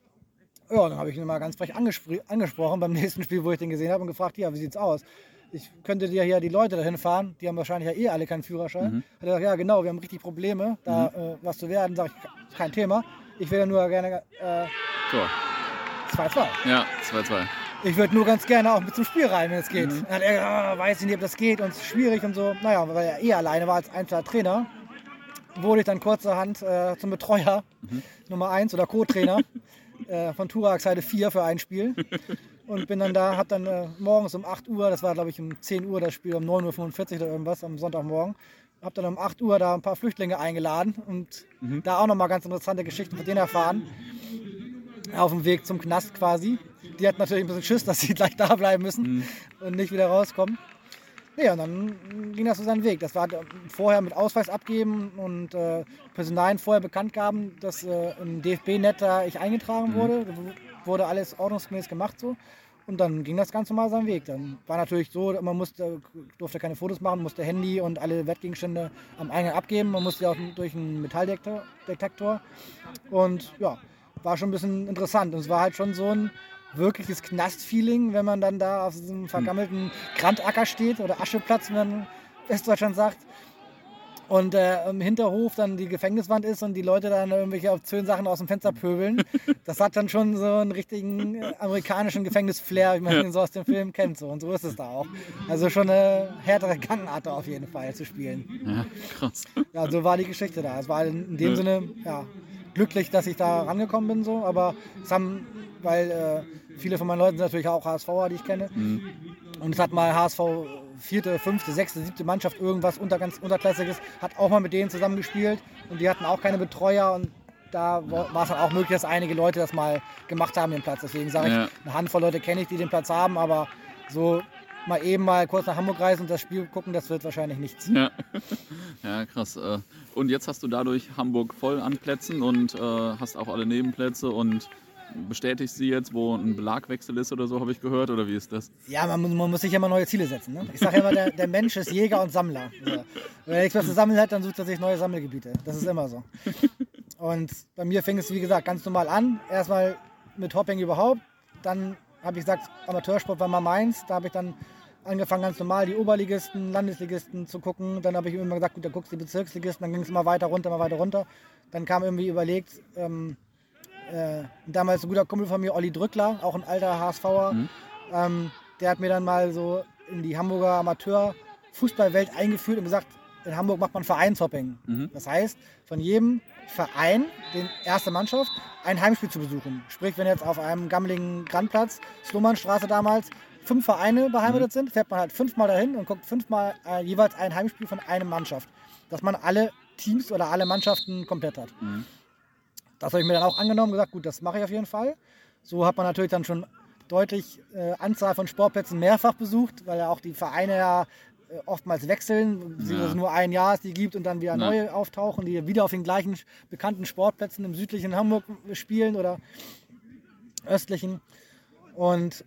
Speaker 1: Ja, dann habe ich ihn mal ganz frech angesprochen beim nächsten Spiel, wo ich den gesehen habe und gefragt, ja, wie sieht's aus? Ich könnte dir hier die Leute dahin fahren, die haben wahrscheinlich ja alle keinen Führerschein. Hat er gesagt, ja genau, wir haben richtig Probleme, da was zu werden. Sag ich, kein Thema. Ich will ja nur gerne
Speaker 3: Tor.
Speaker 1: 2-2.
Speaker 3: Ja, 2-2.
Speaker 1: Ich würde nur ganz gerne auch mit zum Spiel rein, wenn es geht. Dann hat er gesagt, weiß ich nicht, ob das geht und es ist schwierig und so. Naja, weil er alleine war als einzelner Trainer, wurde ich dann kurzerhand zum Betreuer Nummer 1 oder Co-Trainer von Turax Heide 4 für ein Spiel. Und bin dann da, hab dann morgens um 8 Uhr, das war glaube ich um 10 Uhr das Spiel, um 9:45 Uhr oder irgendwas am Sonntagmorgen, hab dann um 8 Uhr da ein paar Flüchtlinge eingeladen und da auch nochmal ganz interessante Geschichten von denen erfahren. Auf dem Weg zum Knast quasi. Die hatten natürlich ein bisschen Schiss, dass sie gleich da bleiben müssen und nicht wieder rauskommen. Ja, und dann ging das so seinen Weg. Das war vorher mit Ausweis abgeben und Personalien vorher bekannt gaben, dass im DFB-Net da ich eingetragen wurde. Wurde alles ordnungsgemäß gemacht so. Und dann ging das ganz normal seinen Weg. Dann war natürlich so, man durfte keine Fotos machen, musste Handy und alle Wertgegenstände am Eingang abgeben. Man musste auch durch einen Metalldetektor. Und ja, war schon ein bisschen interessant. Und es war halt schon so ein wirkliches Knast-Feeling, wenn man dann da auf diesem vergammelten Grandacker steht oder Ascheplatz, wie man in Westdeutschland sagt. Und im Hinterhof dann die Gefängniswand ist und die Leute dann irgendwelche obszönen Sachen aus dem Fenster pöbeln. Das hat dann schon so einen richtigen amerikanischen Gefängnisflair, wie man ihn so aus dem Film kennt. So. Und so ist es da auch. Also schon eine härtere Gangart auf jeden Fall zu spielen.
Speaker 3: Ja, krass.
Speaker 1: Ja, so war die Geschichte da. Es war in dem Sinne glücklich, dass ich da rangekommen bin. So. Aber weil viele von meinen Leuten sind natürlich auch HSVer, die ich kenne. Und es hat mal HSV 4., 5., 6., 7. Mannschaft irgendwas ganz Unterklassiges, hat auch mal mit denen zusammengespielt und die hatten auch keine Betreuer und da war es dann auch möglich, dass einige Leute das mal gemacht haben, den Platz. Deswegen sage ich, eine Handvoll Leute kenne ich, die den Platz haben, aber so mal kurz nach Hamburg reisen und das Spiel gucken, das wird wahrscheinlich nichts.
Speaker 3: Ja, krass. Und jetzt hast du dadurch Hamburg voll an Plätzen und hast auch alle Nebenplätze und bestätigst sie jetzt, wo ein Belagwechsel ist oder so, habe ich gehört, oder wie ist das?
Speaker 1: Ja, man muss sich immer neue Ziele setzen. Ne? Ich sage ja immer, der Mensch ist Jäger und Sammler. So. Wenn er nichts mehr zu sammeln hat, dann sucht er sich neue Sammelgebiete. Das ist immer so. Und bei mir fing es, wie gesagt, ganz normal an. Erstmal mit Hopping überhaupt. Dann habe ich gesagt, Amateursport war mal meins. Da habe ich dann angefangen, ganz normal die Oberligisten, Landesligisten zu gucken. Dann habe ich immer gesagt, gut, da guckst du die Bezirksligisten. Dann ging es immer weiter runter. Dann kam irgendwie überlegt, damals ein guter Kumpel von mir, Olli Drückler, auch ein alter HSVer, der hat mir dann mal so in die Hamburger Amateur-Fußballwelt eingeführt und gesagt, in Hamburg macht man Vereinshopping. Das heißt, von jedem Verein, den erste Mannschaft, ein Heimspiel zu besuchen. Sprich, wenn jetzt auf einem gammeligen Grandplatz, Slomanstraße damals, 5 Vereine beheimatet sind, fährt man halt 5-mal dahin und guckt 5-mal jeweils ein Heimspiel von einer Mannschaft. Dass man alle Teams oder alle Mannschaften komplett hat. Das habe ich mir dann auch angenommen und gesagt, gut, das mache ich auf jeden Fall. So hat man natürlich dann schon deutlich Anzahl von Sportplätzen mehrfach besucht, weil ja auch die Vereine ja oftmals wechseln, es nur ein Jahr es die gibt und dann wieder neue auftauchen, die wieder auf den gleichen bekannten Sportplätzen im südlichen Hamburg spielen oder östlichen. Und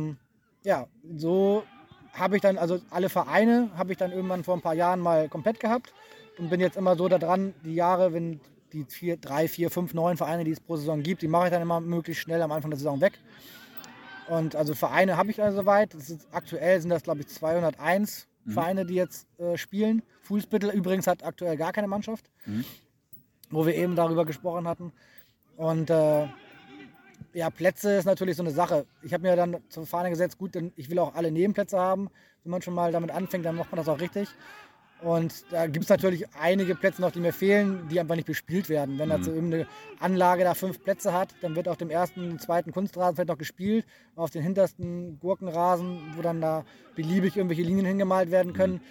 Speaker 1: so habe ich dann, also alle Vereine habe ich dann irgendwann vor ein paar Jahren mal komplett gehabt und bin jetzt immer so da dran, die Jahre, wenn die 3, 4, 5, 9 Vereine, die es pro Saison gibt, die mache ich dann immer möglichst schnell am Anfang der Saison weg. Und also Vereine habe ich also soweit. Aktuell sind das, glaube ich, 201 Vereine, die jetzt spielen. Fußbüttel übrigens hat aktuell gar keine Mannschaft, wo wir eben darüber gesprochen hatten. Und Plätze ist natürlich so eine Sache. Ich habe mir dann zur Fahne gesetzt, gut, denn ich will auch alle Nebenplätze haben. Wenn man schon mal damit anfängt, dann macht man das auch richtig. Und da gibt es natürlich einige Plätze noch, die mir fehlen, die einfach nicht bespielt werden. Wenn also irgendeine Anlage da 5 Plätze hat, dann wird auf dem ersten und zweiten Kunstrasen vielleicht noch gespielt. Auf den hintersten Gurkenrasen, wo dann da beliebig irgendwelche Linien hingemalt werden können,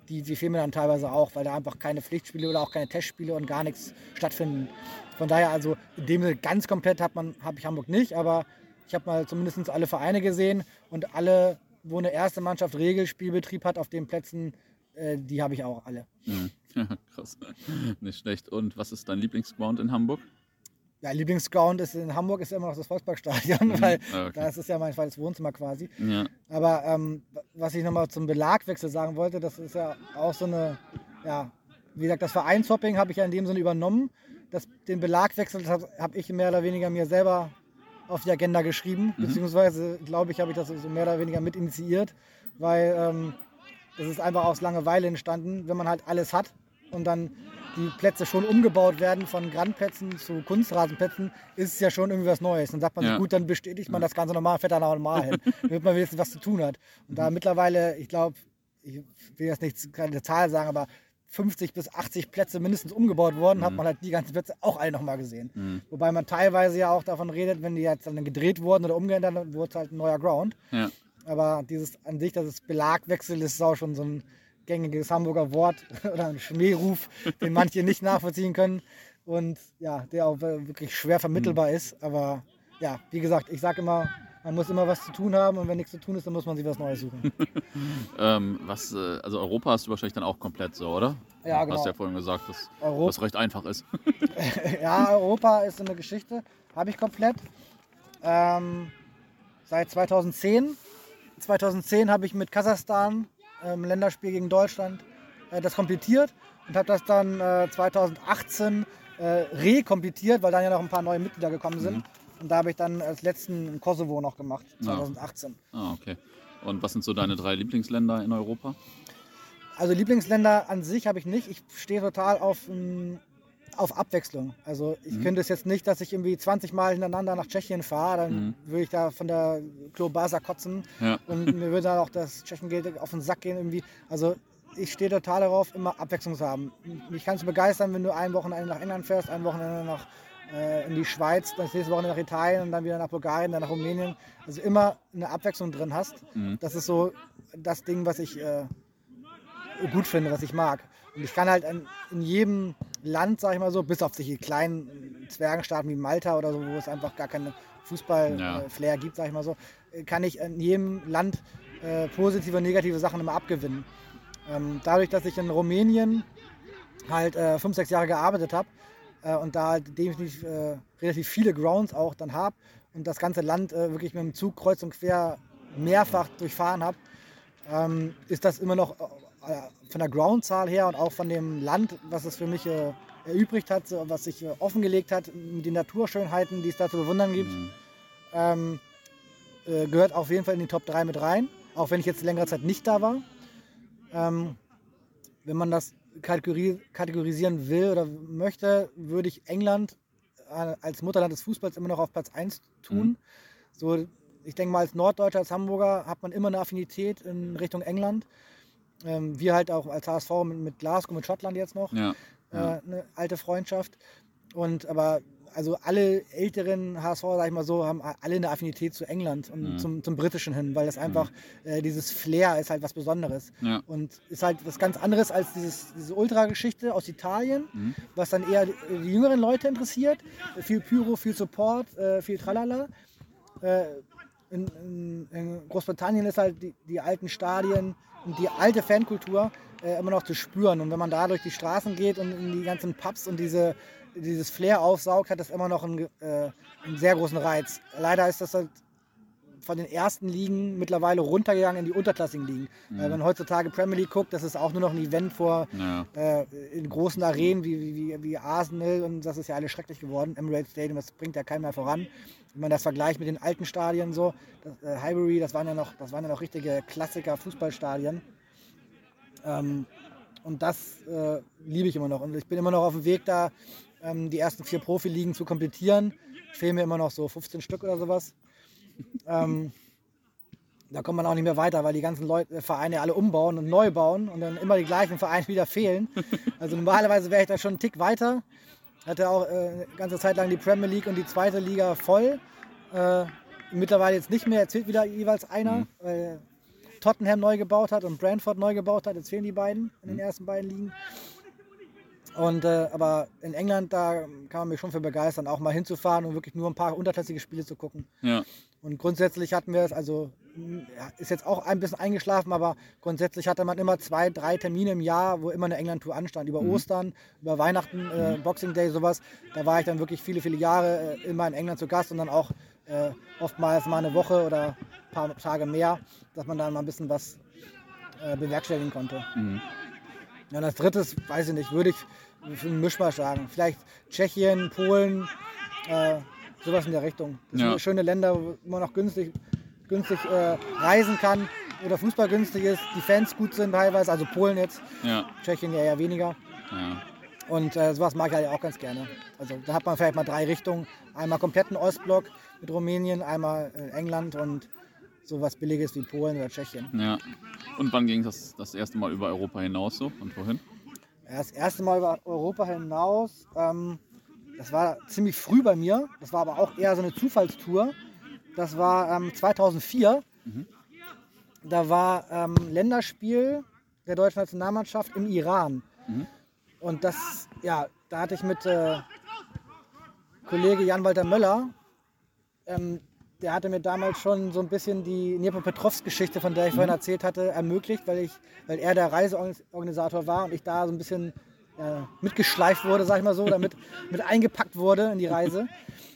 Speaker 1: die fehlen mir dann teilweise auch, weil da einfach keine Pflichtspiele oder auch keine Testspiele und gar nichts stattfinden. Von daher, also in dem Sinne ganz komplett habe ich Hamburg nicht, aber ich habe mal zumindest alle Vereine gesehen und alle, wo eine erste Mannschaft Regelspielbetrieb hat auf den Plätzen, die habe ich auch alle.
Speaker 3: Ja, krass. Nicht schlecht. Und was ist dein Lieblingsground in Hamburg?
Speaker 1: Ja, Lieblingsground in Hamburg ist immer noch das Volksparkstadion, weil das ist ja mein zweites Wohnzimmer quasi. Ja. Aber was ich nochmal zum Belagwechsel sagen wollte, das ist ja auch so eine, ja, wie gesagt, das Vereinshopping habe ich ja in dem Sinne übernommen. Den Belagwechsel habe ich mehr oder weniger mir selber auf die Agenda geschrieben, beziehungsweise glaube ich, habe ich das so mehr oder weniger mit initiiert, weil das ist einfach aus Langeweile entstanden, wenn man halt alles hat und dann die Plätze schon umgebaut werden von Grandplätzen zu Kunstrasenplätzen, ist es ja schon irgendwie was Neues. Dann sagt man sich, gut, dann bestätigt man das Ganze normal, fährt da normal hin, damit man wenigstens was zu tun hat. Und da mittlerweile, ich glaube, ich will jetzt nicht keine Zahl sagen, aber 50 bis 80 Plätze mindestens umgebaut worden, hat man halt die ganzen Plätze auch alle nochmal gesehen. Wobei man teilweise ja auch davon redet, wenn die jetzt dann gedreht wurden oder umgeändert, dann wurde es halt ein neuer Ground. Ja. Aber dieses an sich, das ist Belagwechsel, ist auch schon so ein gängiges Hamburger Wort oder ein Schmähruf, den manche nicht nachvollziehen können und ja, der auch wirklich schwer vermittelbar ist. Aber ja, wie gesagt, ich sage immer, man muss immer was zu tun haben und wenn nichts zu tun ist, dann muss man sich was Neues suchen.
Speaker 3: Also Europa hast du wahrscheinlich dann auch komplett so, oder?
Speaker 1: Ja, genau.
Speaker 3: Du hast ja vorhin gesagt, dass das recht einfach ist.
Speaker 1: Ja, Europa ist so eine Geschichte, habe ich komplett. Seit 2010. 2010 habe ich mit Kasachstan im Länderspiel gegen Deutschland das komplettiert und habe das dann 2018 rekomplettiert, weil dann ja noch ein paar neue Mitglieder gekommen sind. Und da habe ich dann als letzten Kosovo noch gemacht, 2018.
Speaker 3: Okay. Und was sind so deine 3 Lieblingsländer in Europa?
Speaker 1: Also Lieblingsländer an sich habe ich nicht. Ich stehe total auf Abwechslung. Also ich könnte es jetzt nicht, dass ich irgendwie 20 Mal hintereinander nach Tschechien fahre, dann würde ich da von der Klobasa kotzen und mir würde dann auch das Tschechengeld auf den Sack gehen irgendwie. Also ich stehe total darauf, immer Abwechslung zu haben. Mich kann es begeistern, wenn du ein Wochenende nach England fährst, ein Wochenende in die Schweiz, dann das nächste Wochenende nach Italien und dann wieder nach Bulgarien, dann nach Rumänien. Also immer eine Abwechslung drin hast. Das ist so das Ding, was ich gut finde, was ich mag. Und ich kann halt in jedem Land, sag ich mal so, bis auf solche kleinen Zwergenstaaten wie Malta oder so, wo es einfach gar keine Fußball-Flair gibt, sag ich mal so, kann ich in jedem Land positive und negative Sachen immer abgewinnen. Dadurch, dass ich in Rumänien halt 5-6 Jahre gearbeitet habe und da halt definitiv relativ viele Grounds auch dann habe und das ganze Land wirklich mit dem Zug kreuz und quer mehrfach durchfahren habe, ist das immer noch von der Groundzahl her und auch von dem Land, was es für mich erübrigt hat, was sich offengelegt hat mit den Naturschönheiten, die es da zu bewundern gibt, gehört auf jeden Fall in die Top 3 mit rein, auch wenn ich jetzt längere Zeit nicht da war. Wenn man das kategorisieren will oder möchte, würde ich England als Mutterland des Fußballs immer noch auf Platz 1 tun. So, ich denke mal, als Norddeutscher, als Hamburger hat man immer eine Affinität in Richtung England. Wir halt auch als HSV mit Glasgow, mit Schottland jetzt noch, eine alte Freundschaft. Aber also alle älteren HSV, sag ich mal so, haben alle eine Affinität zu England und zum Britischen hin, weil das einfach, dieses Flair ist halt was Besonderes. Ja. Und ist halt was ganz anderes als diese Ultra-Geschichte aus Italien, was dann eher die jüngeren Leute interessiert. Viel Pyro, viel Support, viel Tralala. In Großbritannien ist halt die alten Stadien und die alte Fankultur immer noch zu spüren. Und wenn man da durch die Straßen geht und in die ganzen Pubs und dieses Flair aufsaugt, hat das immer noch einen sehr großen Reiz. Leider ist das halt von den ersten Ligen mittlerweile runtergegangen in die unterklassigen Ligen. Wenn man heutzutage Premier League guckt, das ist auch nur noch ein Event in großen Arenen wie Arsenal und das ist ja alles schrecklich geworden. Emirates Stadium, das bringt ja keinen mehr voran. Wenn man das vergleicht mit den alten Stadien, so, Highbury, das waren ja noch richtige Klassiker-Fußballstadien. Und das liebe ich immer noch. Und ich bin immer noch auf dem Weg da, die ersten 4 Profiligen zu komplettieren. Fehlen mir immer noch so 15 Stück oder sowas. Da kommt man auch nicht mehr weiter, weil die ganzen Vereine alle umbauen und neu bauen und dann immer die gleichen Vereine wieder fehlen. Also normalerweise wäre ich da schon einen Tick weiter. Hatte auch eine ganze Zeit lang die Premier League und die zweite Liga voll. Mittlerweile jetzt nicht mehr, jetzt fehlt wieder jeweils einer. Weil Tottenham neu gebaut hat und Brentford neu gebaut hat. Jetzt fehlen die beiden in den ersten beiden Ligen. Und, aber in England, da kann man mich schon für begeistern, auch mal hinzufahren und wirklich nur ein paar unterklassige Spiele zu gucken.
Speaker 3: Ja.
Speaker 1: Und grundsätzlich hatten wir es, also ist jetzt auch ein bisschen eingeschlafen, aber grundsätzlich hatte man immer 2-3 Termine im Jahr, wo immer eine England-Tour anstand. Über Ostern, über Weihnachten, Boxing Day, sowas. Da war ich dann wirklich viele, viele Jahre immer in England zu Gast und dann auch oftmals mal eine Woche oder ein paar Tage mehr, dass man da mal ein bisschen was bewerkstelligen konnte. Ja, und als drittes, weiß ich nicht, würde ich für einen Mischmasch sagen. Vielleicht Tschechien, Polen, sowas in der Richtung. Das sind schöne Länder, wo man noch günstig reisen kann oder Fußball günstig ist, die Fans gut sind teilweise, also Polen jetzt, Tschechien ja eher weniger. Ja. Und sowas mag ich halt auch ganz gerne. Also da hat man vielleicht mal 3 Richtungen. Einmal kompletten Ostblock mit Rumänien, einmal England und sowas Billiges wie Polen oder Tschechien.
Speaker 3: Ja. Und wann ging das erste Mal über Europa hinaus so und wohin?
Speaker 1: Das erste Mal über Europa hinaus, das war ziemlich früh bei mir. Das war aber auch eher so eine Zufallstour. Das war 2004. Da war Länderspiel der deutschen Nationalmannschaft im Iran. Und das, ja, da hatte ich mit Kollege Jan-Walter Möller, der hatte mir damals schon so ein bisschen die Dnipropetrovsk-Geschichte, von der ich vorhin erzählt hatte, ermöglicht, weil er der Reiseorganisator war und ich da so ein bisschen mitgeschleift wurde, sag ich mal so, damit mit eingepackt wurde in die Reise.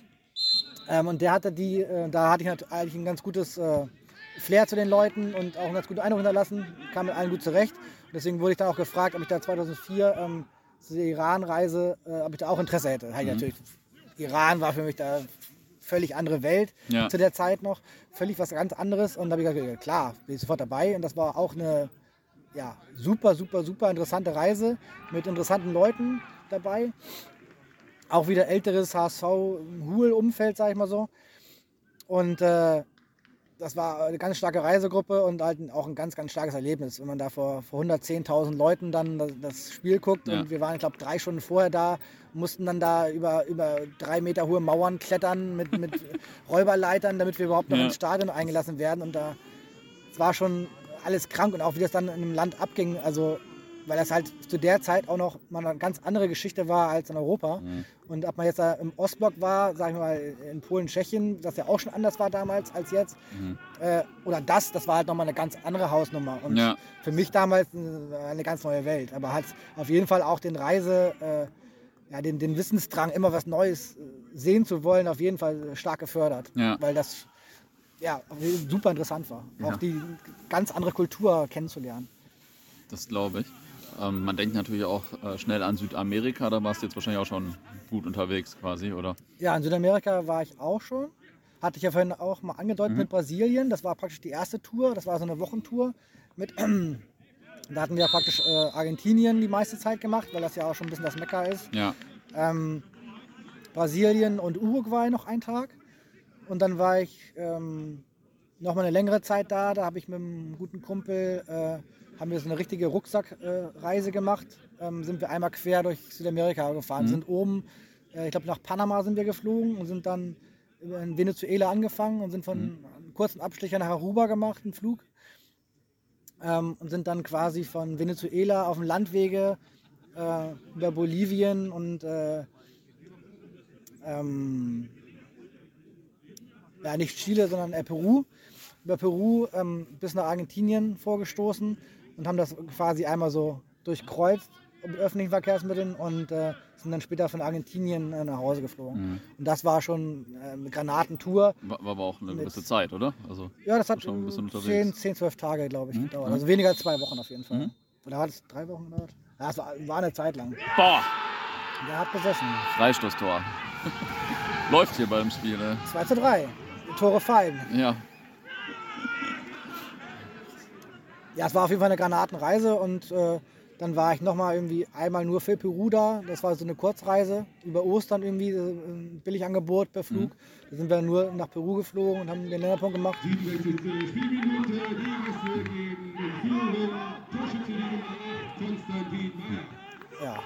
Speaker 1: Und der hatte da hatte ich eigentlich ein ganz gutes Flair zu den Leuten und auch einen ganz guten Eindruck hinterlassen, kam mit allen gut zurecht. Und deswegen wurde ich dann auch gefragt, ob ich da 2004 zu der Iran-Reise, ob ich da auch Interesse hätte. Natürlich, Iran war für mich da völlig andere Welt zu der Zeit noch, völlig was ganz anderes. Und da habe ich gesagt, klar, bin ich sofort dabei. Und das war auch eine super, super, super interessante Reise mit interessanten Leuten dabei. Auch wieder älteres HSV-Huel-Umfeld, sag ich mal so. Und das war eine ganz starke Reisegruppe und halt auch ein ganz, ganz starkes Erlebnis, wenn man da vor 110.000 Leuten dann das Spiel guckt. Und wir waren, ich glaube, 3 Stunden vorher da, mussten dann da über 3 Meter hohe Mauern klettern mit Räuberleitern, damit wir überhaupt noch ins Stadion eingelassen werden. Und es war schon alles krank und auch wie das dann in einem Land abging, also weil das halt zu der Zeit auch noch mal eine ganz andere Geschichte war als in Europa. Und ob man jetzt da im Ostblock war, sag ich mal in Polen, Tschechien, das ja auch schon anders war damals als jetzt, oder das war halt nochmal eine ganz andere Hausnummer. Und für mich damals eine ganz neue Welt. Aber hat auf jeden Fall auch den den Wissensdrang, immer was Neues sehen zu wollen, auf jeden Fall stark gefördert. Weil das super interessant war. Auch die ganz andere Kultur kennenzulernen.
Speaker 3: Das glaube ich. Man denkt natürlich auch schnell an Südamerika, da warst du jetzt wahrscheinlich auch schon gut unterwegs quasi, oder? Ja,
Speaker 1: in Südamerika war ich auch schon. Hatte ich ja vorhin auch mal angedeutet mit Brasilien. Das war praktisch die erste Tour, das war so eine Wochentour. Da hatten wir praktisch Argentinien die meiste Zeit gemacht, weil das ja auch schon ein bisschen das Mekka ist.
Speaker 3: Ja.
Speaker 1: Brasilien und Uruguay noch einen Tag. Und dann war ich noch mal eine längere Zeit da. Da habe ich mit einem guten Kumpel haben wir so eine richtige Rucksackreise gemacht. Sind wir einmal quer durch Südamerika gefahren. Sind oben, ich glaube nach Panama sind wir geflogen und sind dann in Venezuela angefangen und sind von einem kurzen Abstecher nach Aruba gemacht, einen Flug. Und sind dann quasi von Venezuela auf dem Landwege über Bolivien und nicht Chile, sondern Peru. Über Peru bis nach Argentinien vorgestoßen und haben das quasi einmal so durchkreuzt mit öffentlichen Verkehrsmitteln und sind dann später von Argentinien nach Hause geflogen. Und das war schon eine Granatentour.
Speaker 3: War aber auch eine gewisse Zeit, oder? Also
Speaker 1: ja, das hat schon 10, 12 Tage, glaube ich, gedauert. Also weniger als 2 Wochen auf jeden Fall. Oder hat es 3 Wochen gedauert? Ja, es war eine Zeit lang.
Speaker 3: Boah!
Speaker 1: Der hat besessen.
Speaker 3: Freistoßtor. Läuft hier beim Spiel, ne?
Speaker 1: 2:3. Die Tore fallen.
Speaker 3: Ja.
Speaker 1: Ja, es war auf jeden Fall eine Granatenreise und dann war ich nochmal irgendwie einmal nur für Peru da. Das war so eine Kurzreise über Ostern irgendwie, ein Billigangebot per Flug. Da sind wir nur nach Peru geflogen und haben den Länderpunkt gemacht. Ja.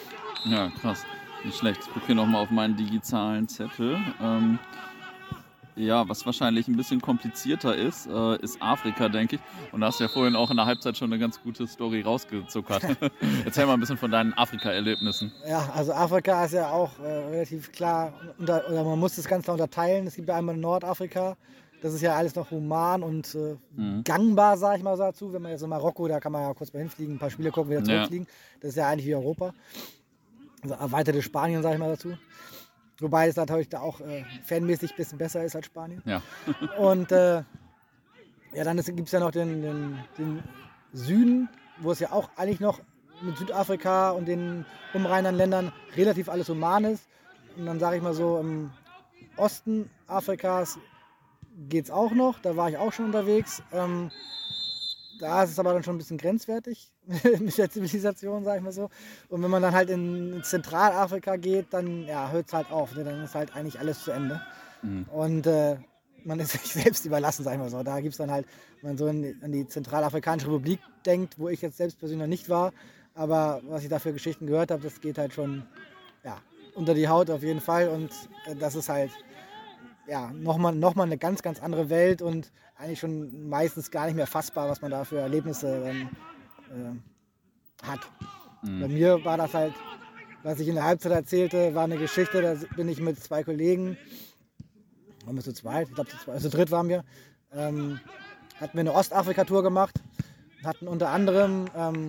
Speaker 3: Ja, krass. Nicht schlecht. Ich gucke hier nochmal auf meinen digitalen Zettel. Ja, was wahrscheinlich ein bisschen komplizierter ist, ist Afrika, denke ich. Und da hast du ja vorhin auch in der Halbzeit schon eine ganz gute Story rausgezuckert. Erzähl mal ein bisschen von deinen Afrika-Erlebnissen.
Speaker 1: Ja, also Afrika ist ja auch relativ klar, oder man muss das Ganze unterteilen. Es gibt ja einmal Nordafrika, das ist ja alles noch human und gangbar, sag ich mal so dazu. Wenn man jetzt in Marokko, da kann man ja kurz mal hinfliegen, ein paar Spiele gucken, wieder zurückfliegen. Das ist ja eigentlich wie Europa. Also erweiterte Spanien, sag ich mal dazu. Wobei es natürlich da auch fanmäßig ein bisschen besser ist als Spanien.
Speaker 3: Ja.
Speaker 1: Und dann gibt es ja noch den Süden, wo es ja auch eigentlich noch mit Südafrika und den umrheinenden Ländern relativ alles human ist. Und dann sage ich mal so, im Osten Afrikas geht es auch noch, da war ich auch schon unterwegs. Da ist es aber dann schon ein bisschen grenzwertig mit der Zivilisation, sag ich mal so. Und wenn man dann halt in Zentralafrika geht, dann hört es halt auf. Ne? Dann ist halt eigentlich alles zu Ende. Und man ist sich selbst überlassen, sag ich mal so. Da gibt es dann halt, wenn man so an die Zentralafrikanische Republik denkt, wo ich jetzt selbst persönlich noch nicht war, aber was ich da für Geschichten gehört habe, das geht halt schon unter die Haut auf jeden Fall. Und das ist halt nochmal eine ganz, ganz andere Welt und eigentlich schon meistens gar nicht mehr fassbar, was man da für Erlebnisse hat. Bei mir war das halt, was ich in der Halbzeit erzählte, war eine Geschichte, da bin ich mit 2 Kollegen, waren wir zu zweit, ich glaube zu dritt waren wir, hatten wir eine Ostafrika-Tour gemacht, hatten unter anderem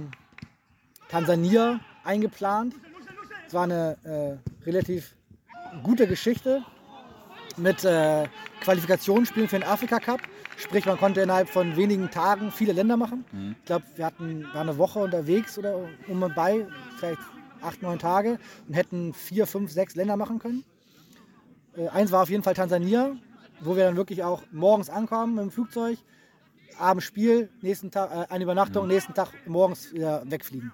Speaker 1: Tansania eingeplant. Es war eine relativ gute Geschichte mit Qualifikationsspielen für den Afrika-Cup. Sprich, man konnte innerhalb von wenigen Tagen viele Länder machen. Ich glaube, wir waren eine Woche unterwegs oder bei, vielleicht 8, 9 Tage und hätten 4, 5, 6 Länder machen können. Eins war auf jeden Fall Tansania, wo wir dann wirklich auch morgens ankamen mit dem Flugzeug, abends Spiel, nächsten Tag eine Übernachtung, nächsten Tag morgens wieder wegfliegen.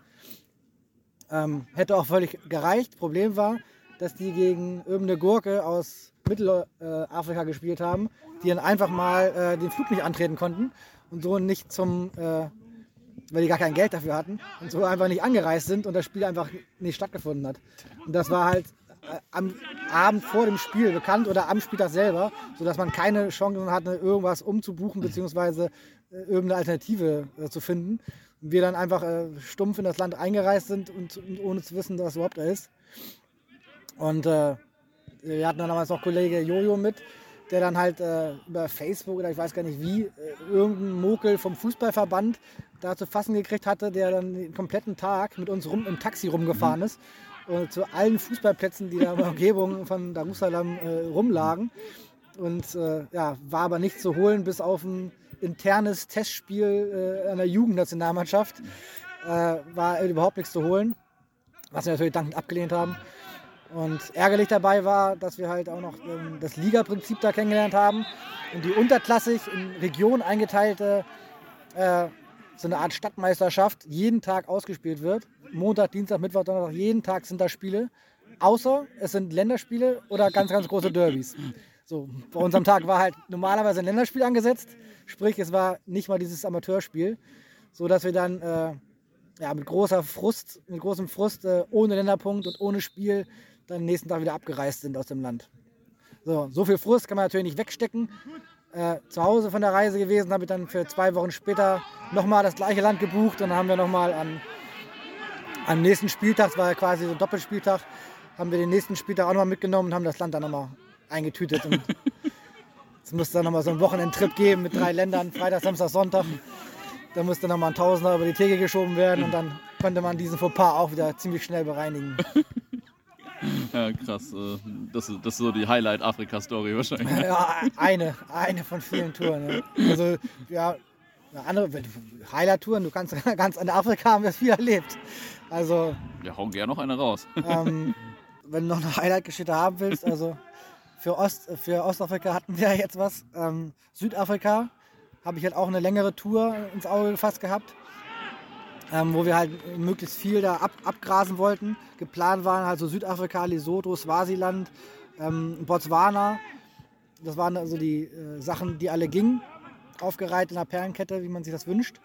Speaker 1: Hätte auch völlig gereicht. Problem war, dass die gegen irgendeine Gurke aus Mittelafrika gespielt haben, die dann einfach mal den Flug nicht antreten konnten und so nicht weil die gar kein Geld dafür hatten und so einfach nicht angereist sind und das Spiel einfach nicht stattgefunden hat. Und das war halt am Abend vor dem Spiel bekannt oder am Spieltag selber, sodass man keine Chance hatte, irgendwas umzubuchen bzw. irgendeine Alternative zu finden. Und wir dann einfach stumpf in das Land eingereist sind und ohne zu wissen, was überhaupt da ist. Und wir hatten dann damals noch Kollege Jojo mit, der dann halt über Facebook oder ich weiß gar nicht wie, irgendeinen Mokel vom Fußballverband da zu fassen gekriegt hatte, der dann den kompletten Tag mit uns im Taxi rumgefahren ist und zu allen Fußballplätzen, die da in der Umgebung von Darussalam rumlagen. Und war aber nicht zu holen, bis auf ein internes Testspiel einer Jugendnationalmannschaft war überhaupt nichts zu holen, was wir natürlich dankend abgelehnt haben. Und ärgerlich dabei war, dass wir halt auch noch das Liga-Prinzip da kennengelernt haben und die unterklassig in Regionen eingeteilte so eine Art Stadtmeisterschaft jeden Tag ausgespielt wird. Montag, Dienstag, Mittwoch, Donnerstag, jeden Tag sind da Spiele. Außer es sind Länderspiele oder ganz, ganz große Derbys. So, bei unserem Tag war halt normalerweise ein Länderspiel angesetzt. Sprich, es war nicht mal dieses Amateurspiel. So dass wir dann mit großem Frust ohne Länderpunkt und ohne Spiel dann nächsten Tag wieder abgereist sind aus dem Land. So viel Frust kann man natürlich nicht wegstecken. Zu Hause von der Reise gewesen, habe ich dann für 2 Wochen später nochmal das gleiche Land gebucht und dann haben wir nochmal am nächsten Spieltag, das war ja quasi so ein Doppelspieltag, haben wir den nächsten Spieltag auch nochmal mitgenommen und haben das Land dann nochmal eingetütet. Und es musste dann nochmal so einen Wochenendtrip geben mit 3 Ländern, Freitag, Samstag, Sonntag. Da musste nochmal ein Tausender über die Theke geschoben werden und dann konnte man diesen Fauxpas auch wieder ziemlich schnell bereinigen.
Speaker 3: Ja, krass. Das ist so die Highlight-Afrika-Story wahrscheinlich.
Speaker 1: Ja, eine von vielen Touren. Ne? Also, andere Highlight-Touren, du kannst ganz in Afrika haben wir viel erlebt. Also,
Speaker 3: wir hauen gerne noch eine raus.
Speaker 1: Wenn du noch eine Highlight-Geschichte haben willst, also für Ostafrika hatten wir jetzt was. Südafrika habe ich halt auch eine längere Tour ins Auge gefasst gehabt. Wo wir halt möglichst viel da abgrasen wollten. Geplant waren halt so Südafrika, Lesotho, Swasiland, Botswana. Das waren also die Sachen, die alle gingen. Aufgereiht in einer Perlenkette, wie man sich das wünscht.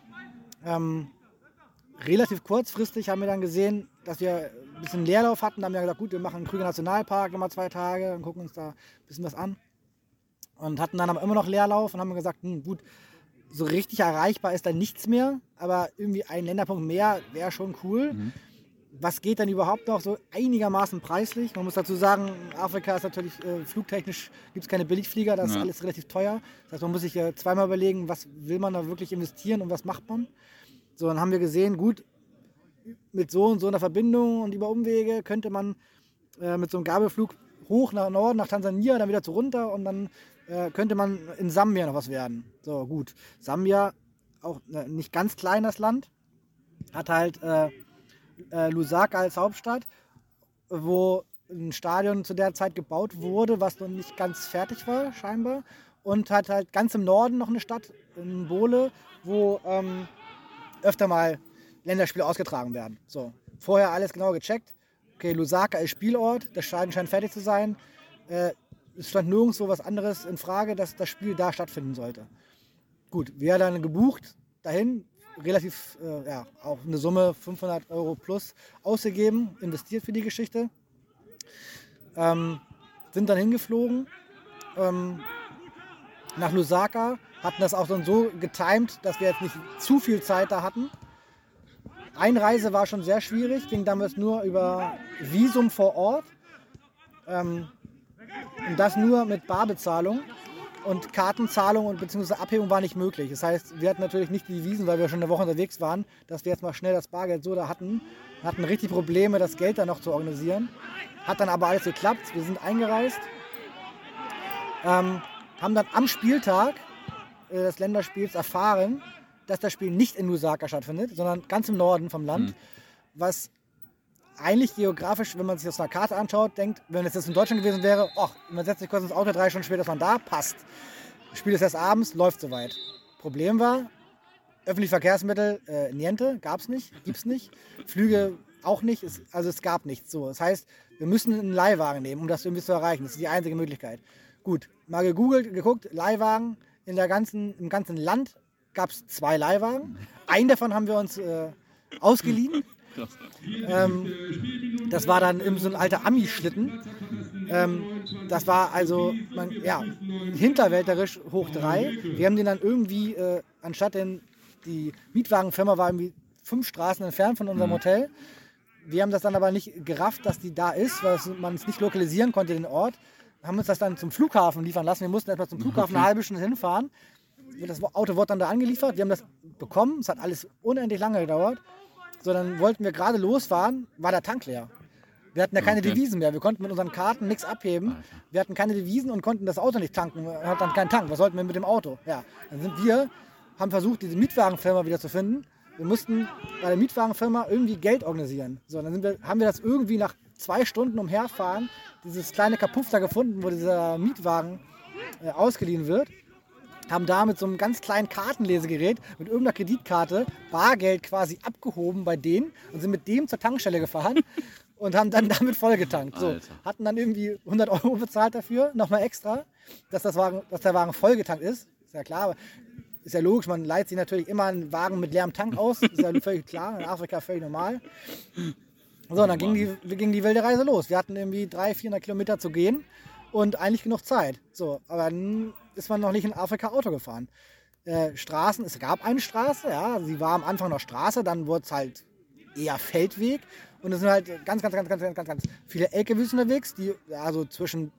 Speaker 1: Relativ kurzfristig haben wir dann gesehen, dass wir ein bisschen Leerlauf hatten. Dann haben wir gesagt, gut, wir machen den Krüger Nationalpark nochmal 2 Tage und gucken uns da ein bisschen was an. und hatten dann aber immer noch Leerlauf und haben gesagt, gut, so richtig erreichbar ist dann nichts mehr, aber irgendwie ein Länderpunkt mehr wäre schon cool. Was geht denn überhaupt noch so einigermaßen preislich? Man muss dazu sagen, Afrika ist natürlich flugtechnisch, gibt es keine Billigflieger, das ist alles relativ teuer. Das heißt, man muss sich zweimal überlegen, was will man da wirklich investieren und was macht man. So, dann haben wir gesehen, gut, mit so und so einer Verbindung und über Umwege könnte man mit so einem Gabelflug hoch nach Norden, nach Tansania, dann wieder zu runter und dann könnte man in Sambia noch was werden. So, gut. Sambia, auch nicht ganz klein das Land, hat halt Lusaka als Hauptstadt, wo ein Stadion zu der Zeit gebaut wurde, was noch nicht ganz fertig war, scheinbar. Und hat halt ganz im Norden noch eine Stadt, in Bole, wo öfter mal Länderspiele ausgetragen werden. So, vorher alles genau gecheckt. Okay, Lusaka ist Spielort, das Stadion scheint fertig zu sein. Es stand nirgendwo was anderes in Frage, dass das Spiel da stattfinden sollte. Gut, wir haben dann gebucht, dahin, relativ, auch eine Summe 500 € plus ausgegeben, investiert für die Geschichte. Sind dann hingeflogen nach Lusaka, hatten das auch dann so getimed, dass wir jetzt nicht zu viel Zeit da hatten. Einreise war schon sehr schwierig, ging damals nur über Visum vor Ort. Und das nur mit Barbezahlung. Und Kartenzahlung und beziehungsweise Abhebung war nicht möglich. Das heißt, wir hatten natürlich nicht die Devisen, weil wir schon eine Woche unterwegs waren, dass wir jetzt mal schnell das Bargeld so da hatten. Wir hatten richtig Probleme, das Geld dann noch zu organisieren. Hat dann aber alles geklappt. Wir sind eingereist. Haben dann am Spieltag des Länderspiels erfahren, dass das Spiel nicht in Lusaka stattfindet, sondern ganz im Norden vom Land. Was eigentlich geografisch, wenn man sich das auf einer Karte anschaut, denkt, wenn es jetzt in Deutschland gewesen wäre, man setzt sich kurz ins Auto, 3 Stunden später ist man da, passt. Das Spiel ist erst abends, läuft soweit. Problem war, öffentliche Verkehrsmittel, niente, gab's nicht, gibt's nicht. Flüge auch nicht, es gab nichts. So. Das heißt, wir müssen einen Leihwagen nehmen, um das irgendwie zu erreichen. Das ist die einzige Möglichkeit. Gut, mal geguckt, Leihwagen im ganzen Land gab es 2 Leihwagen. Einen davon haben wir uns ausgeliehen. Das war dann so ein alter Ami-Schlitten. Das war also hinterwäldlerisch hoch 3. Wir haben den dann irgendwie, anstatt die Mietwagenfirma war irgendwie 5 Straßen entfernt von unserem Hotel. Wir haben das dann aber nicht gerafft, dass die da ist, weil man es nicht lokalisieren konnte, den Ort. Haben uns das dann zum Flughafen liefern lassen. Wir mussten erstmal zum Flughafen eine halbe Stunde hinfahren. Das Auto wurde dann da angeliefert. Wir haben das bekommen. Es hat alles unendlich lange gedauert. So, dann wollten wir gerade losfahren, war der Tank leer. Wir hatten ja keine Devisen mehr. Wir konnten mit unseren Karten nichts abheben. Wir hatten keine Devisen und konnten das Auto nicht tanken. Wir hatten dann keinen Tank. Was sollten wir mit dem Auto? Ja, dann haben versucht, diese Mietwagenfirma wieder zu finden. Wir mussten bei der Mietwagenfirma irgendwie Geld organisieren. So, dann haben wir das irgendwie nach 2 Stunden umherfahren, dieses kleine Kapuff da gefunden, wo dieser Mietwagen ausgeliehen wird. Haben da mit so einem ganz kleinen Kartenlesegerät, mit irgendeiner Kreditkarte, Bargeld quasi abgehoben bei denen und sind mit dem zur Tankstelle gefahren und haben dann damit vollgetankt. So, hatten dann irgendwie 100 € bezahlt dafür, nochmal extra, dass der Wagen vollgetankt ist. Ist ja klar, aber ist ja logisch, man leiht sich natürlich immer einen Wagen mit leerem Tank aus. Ist ja völlig klar, in Afrika völlig normal. So, und dann ging die wilde Reise los. Wir hatten irgendwie 300-400 Kilometer zu gehen und eigentlich genug Zeit. So, aber dann ist man noch nicht in Afrika Auto gefahren. Straßen, es gab eine Straße, ja, sie war am Anfang noch Straße, dann wurde es halt eher Feldweg und es sind halt ganz viele LKWs unterwegs, die also zwischen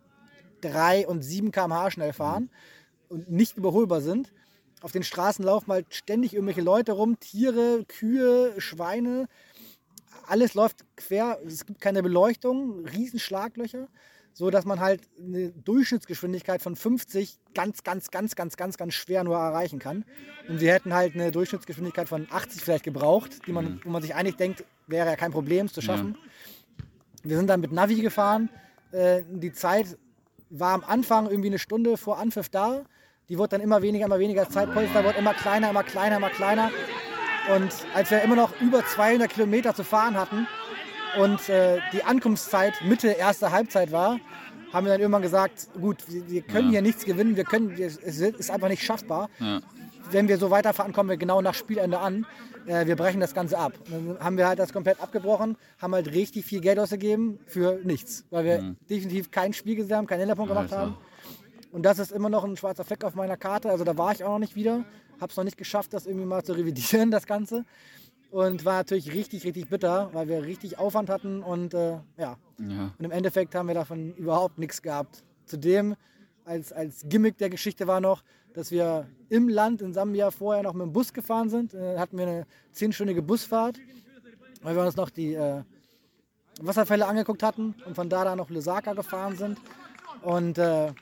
Speaker 1: 3 und 7 km/h schnell fahren und nicht überholbar sind. Auf den Straßen laufen halt ständig irgendwelche Leute rum, Tiere, Kühe, Schweine, alles läuft quer, es gibt keine Beleuchtung, riesen Schlaglöcher, so dass man halt eine Durchschnittsgeschwindigkeit von 50 ganz schwer nur erreichen kann. Und wir hätten halt eine Durchschnittsgeschwindigkeit von 80 vielleicht gebraucht, wo man sich eigentlich denkt, wäre ja kein Problem, es zu schaffen. Ja. Wir sind dann mit Navi gefahren, die Zeit war am Anfang irgendwie eine Stunde vor Anpfiff da, die wurde dann immer weniger, das Zeitpolster wurde immer kleiner. Und als wir immer noch über 200 Kilometer zu fahren hatten, und die Ankunftszeit Mitte erster Halbzeit war, haben wir dann irgendwann gesagt, gut, wir können hier nichts gewinnen, es ist einfach nicht schaffbar. Ja. Wenn wir so weiterfahren, kommen wir genau nach Spielende an. Wir brechen das Ganze ab. Dann haben wir halt das komplett abgebrochen, haben halt richtig viel Geld ausgegeben für nichts, weil wir definitiv kein Spiel gesehen haben, keinen Länderpunkt gemacht haben. Und das ist immer noch ein schwarzer Fleck auf meiner Karte. Also da war ich auch noch nicht wieder. Habe es noch nicht geschafft, das irgendwie mal zu revidieren, das Ganze. Und war natürlich richtig, richtig bitter, weil wir richtig Aufwand hatten. Und ja. Und im Endeffekt haben wir davon überhaupt nichts gehabt. Zudem, als Gimmick der Geschichte war noch, dass wir im Land in Sambia vorher noch mit dem Bus gefahren sind. Hatten wir eine 10-stündige Busfahrt, weil wir uns noch die Wasserfälle angeguckt hatten und von da noch Lusaka gefahren sind. Und da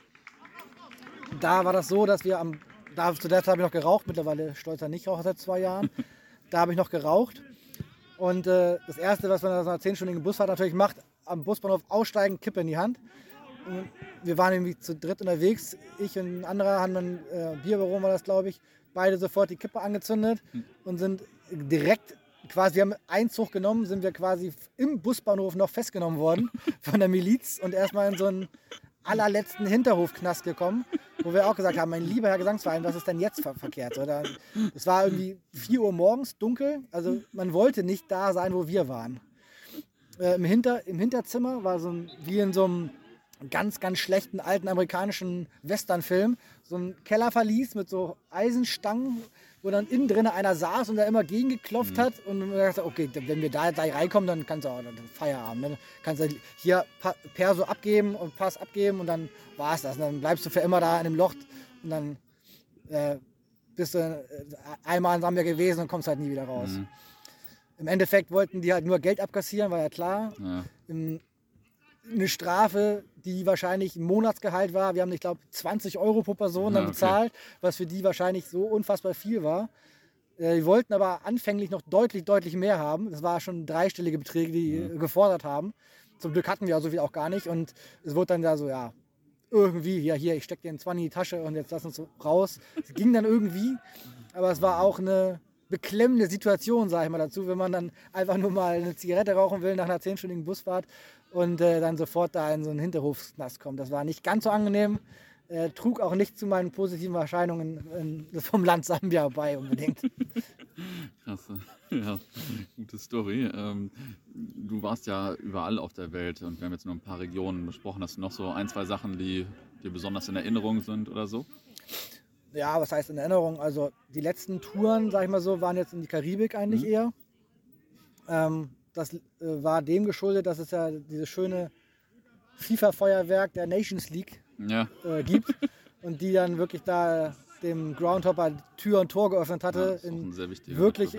Speaker 1: war das so, dass wir zu der Zeit habe ich noch geraucht, mittlerweile stolzer Nichtraucher seit 2 Jahren. Da habe ich noch geraucht. Und das Erste, was man nach einer 10-stündigen Busfahrt natürlich macht, am Busbahnhof aussteigen, Kippe in die Hand. Und wir waren irgendwie zu dritt unterwegs. Ich und ein anderer haben ein Bierbaron, war das glaube ich, beide sofort die Kippe angezündet und sind direkt quasi, wir haben einen Zug genommen, sind wir quasi im Busbahnhof noch festgenommen worden von der Miliz und erstmal in so einen allerletzten Hinterhofknast gekommen, wo wir auch gesagt haben, mein lieber Herr Gesangsverein, was ist denn jetzt verkehrt? Es war irgendwie 4 Uhr morgens, dunkel, also man wollte nicht da sein, wo wir waren. Im Hinterzimmer war wie in so einem ganz, ganz schlechten alten amerikanischen Westernfilm, so ein Kellerverlies mit so Eisenstangen, wo dann innen drin einer saß und da immer gegengeklopft hat und man dachte, okay, wenn wir da reinkommen, dann kannst du auch Feierabend. Dann kannst du hier Perso abgeben und Pass abgeben und dann war es das. Und dann bleibst du für immer da in dem Loch und dann bist du einmal in Sambia gewesen und kommst halt nie wieder raus. Mhm. Im Endeffekt wollten die halt nur Geld abkassieren, war ja klar. Ja. Eine Strafe, die wahrscheinlich ein Monatsgehalt war. Wir haben, ich glaube, 20 Euro pro Person dann bezahlt, was für die wahrscheinlich so unfassbar viel war. Die wollten aber anfänglich noch deutlich, deutlich mehr haben. Das war schon 3-stellige Beträge, die gefordert haben. Zum Glück hatten wir so viel auch gar nicht. Und es wurde dann ja so, ja, irgendwie, hier, ich stecke dir einen 20 in die Tasche und jetzt lass uns so raus. Es ging dann irgendwie, aber es war auch eine beklemmende Situation, sage ich mal dazu, wenn man dann einfach nur mal eine Zigarette rauchen will nach einer 10-stündigen Busfahrt und dann sofort da in so einen Hinterhofknast kommt. Das war nicht ganz so angenehm, trug auch nicht zu meinen positiven Erscheinungen vom Land Sambia bei unbedingt.
Speaker 3: Krass, ja, gute Story. Du warst ja überall auf der Welt und wir haben jetzt nur ein paar Regionen besprochen. Hast du noch so 1, 2 Sachen, die dir besonders in Erinnerung sind oder so?
Speaker 1: Ja, was heißt in Erinnerung? Also die letzten Touren, sag ich mal so, waren jetzt in die Karibik eigentlich eher. Das war dem geschuldet, dass es ja dieses schöne FIFA-Feuerwerk der Nations League gibt und die dann wirklich da dem Groundhopper Tür und Tor geöffnet hatte. In wirklich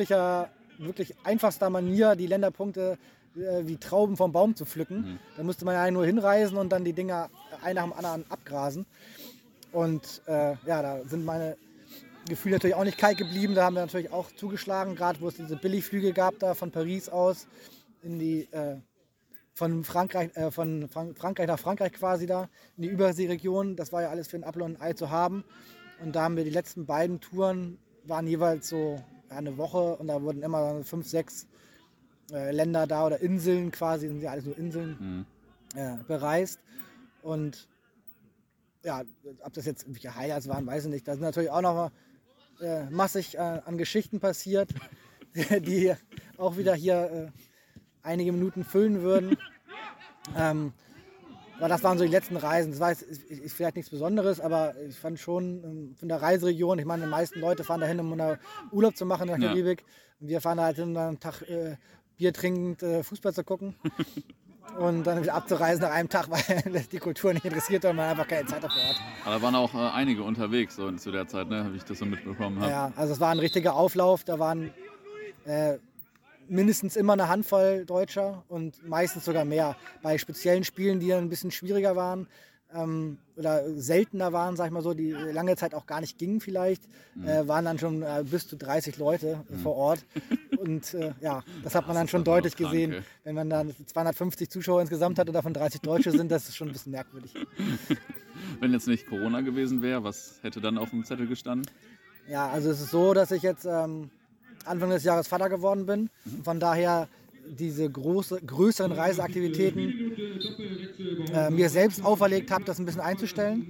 Speaker 1: einfachster Manier die Länderpunkte wie Trauben vom Baum zu pflücken. Da musste man ja nur hinreisen und dann die Dinger ein nach dem anderen abgrasen. Und da sind meine Gefühle natürlich auch nicht kalt geblieben. Da haben wir natürlich auch zugeschlagen, gerade wo es diese Billigflüge gab, da von Paris aus in die von Frankreich nach Frankreich quasi da, in die Überseeregion. Das war ja alles für ein Apfel und ein Ei zu haben. Und da haben wir die letzten beiden Touren, waren jeweils so eine Woche und da wurden immer 5, 6 Länder da oder Inseln quasi, sind ja alles nur Inseln, bereist. Und ja, ob das jetzt irgendwelche Highlights waren, weiß ich nicht. Da sind natürlich auch noch massig an Geschichten passiert, die auch wieder hier einige Minuten füllen würden. Weil das waren so die letzten Reisen. Das war jetzt, ist vielleicht nichts Besonderes, aber ich fand schon von der Reiseregion, ich meine, die meisten Leute fahren dahin, um Urlaub zu machen in der Karibik. Und wir fahren da halt hin, einen Tag Bier trinkend Fußball zu gucken. Und dann wieder abzureisen nach einem Tag, weil die Kultur nicht interessiert und man einfach keine Zeit dafür hat.
Speaker 3: Aber da waren auch einige unterwegs so zu der Zeit, ne, wie ich das so mitbekommen habe.
Speaker 1: Ja, also es war ein richtiger Auflauf. Da waren mindestens immer eine Handvoll Deutscher und meistens sogar mehr. Bei speziellen Spielen, die dann ein bisschen schwieriger waren oder seltener waren, sag ich mal so, die lange Zeit auch gar nicht gingen vielleicht, waren dann schon bis zu 30 Leute vor Ort. Und das hat man dann schon deutlich gesehen. Okay. Wenn man dann 250 Zuschauer insgesamt hat und davon 30 Deutsche sind, das ist schon ein bisschen merkwürdig.
Speaker 3: Wenn jetzt nicht Corona gewesen wäre, was hätte dann auf dem Zettel gestanden?
Speaker 1: Ja, also es ist so, dass ich jetzt Anfang des Jahres Vater geworden bin. Von daher diese größeren Reiseaktivitäten mir selbst auferlegt habe, das ein bisschen einzustellen.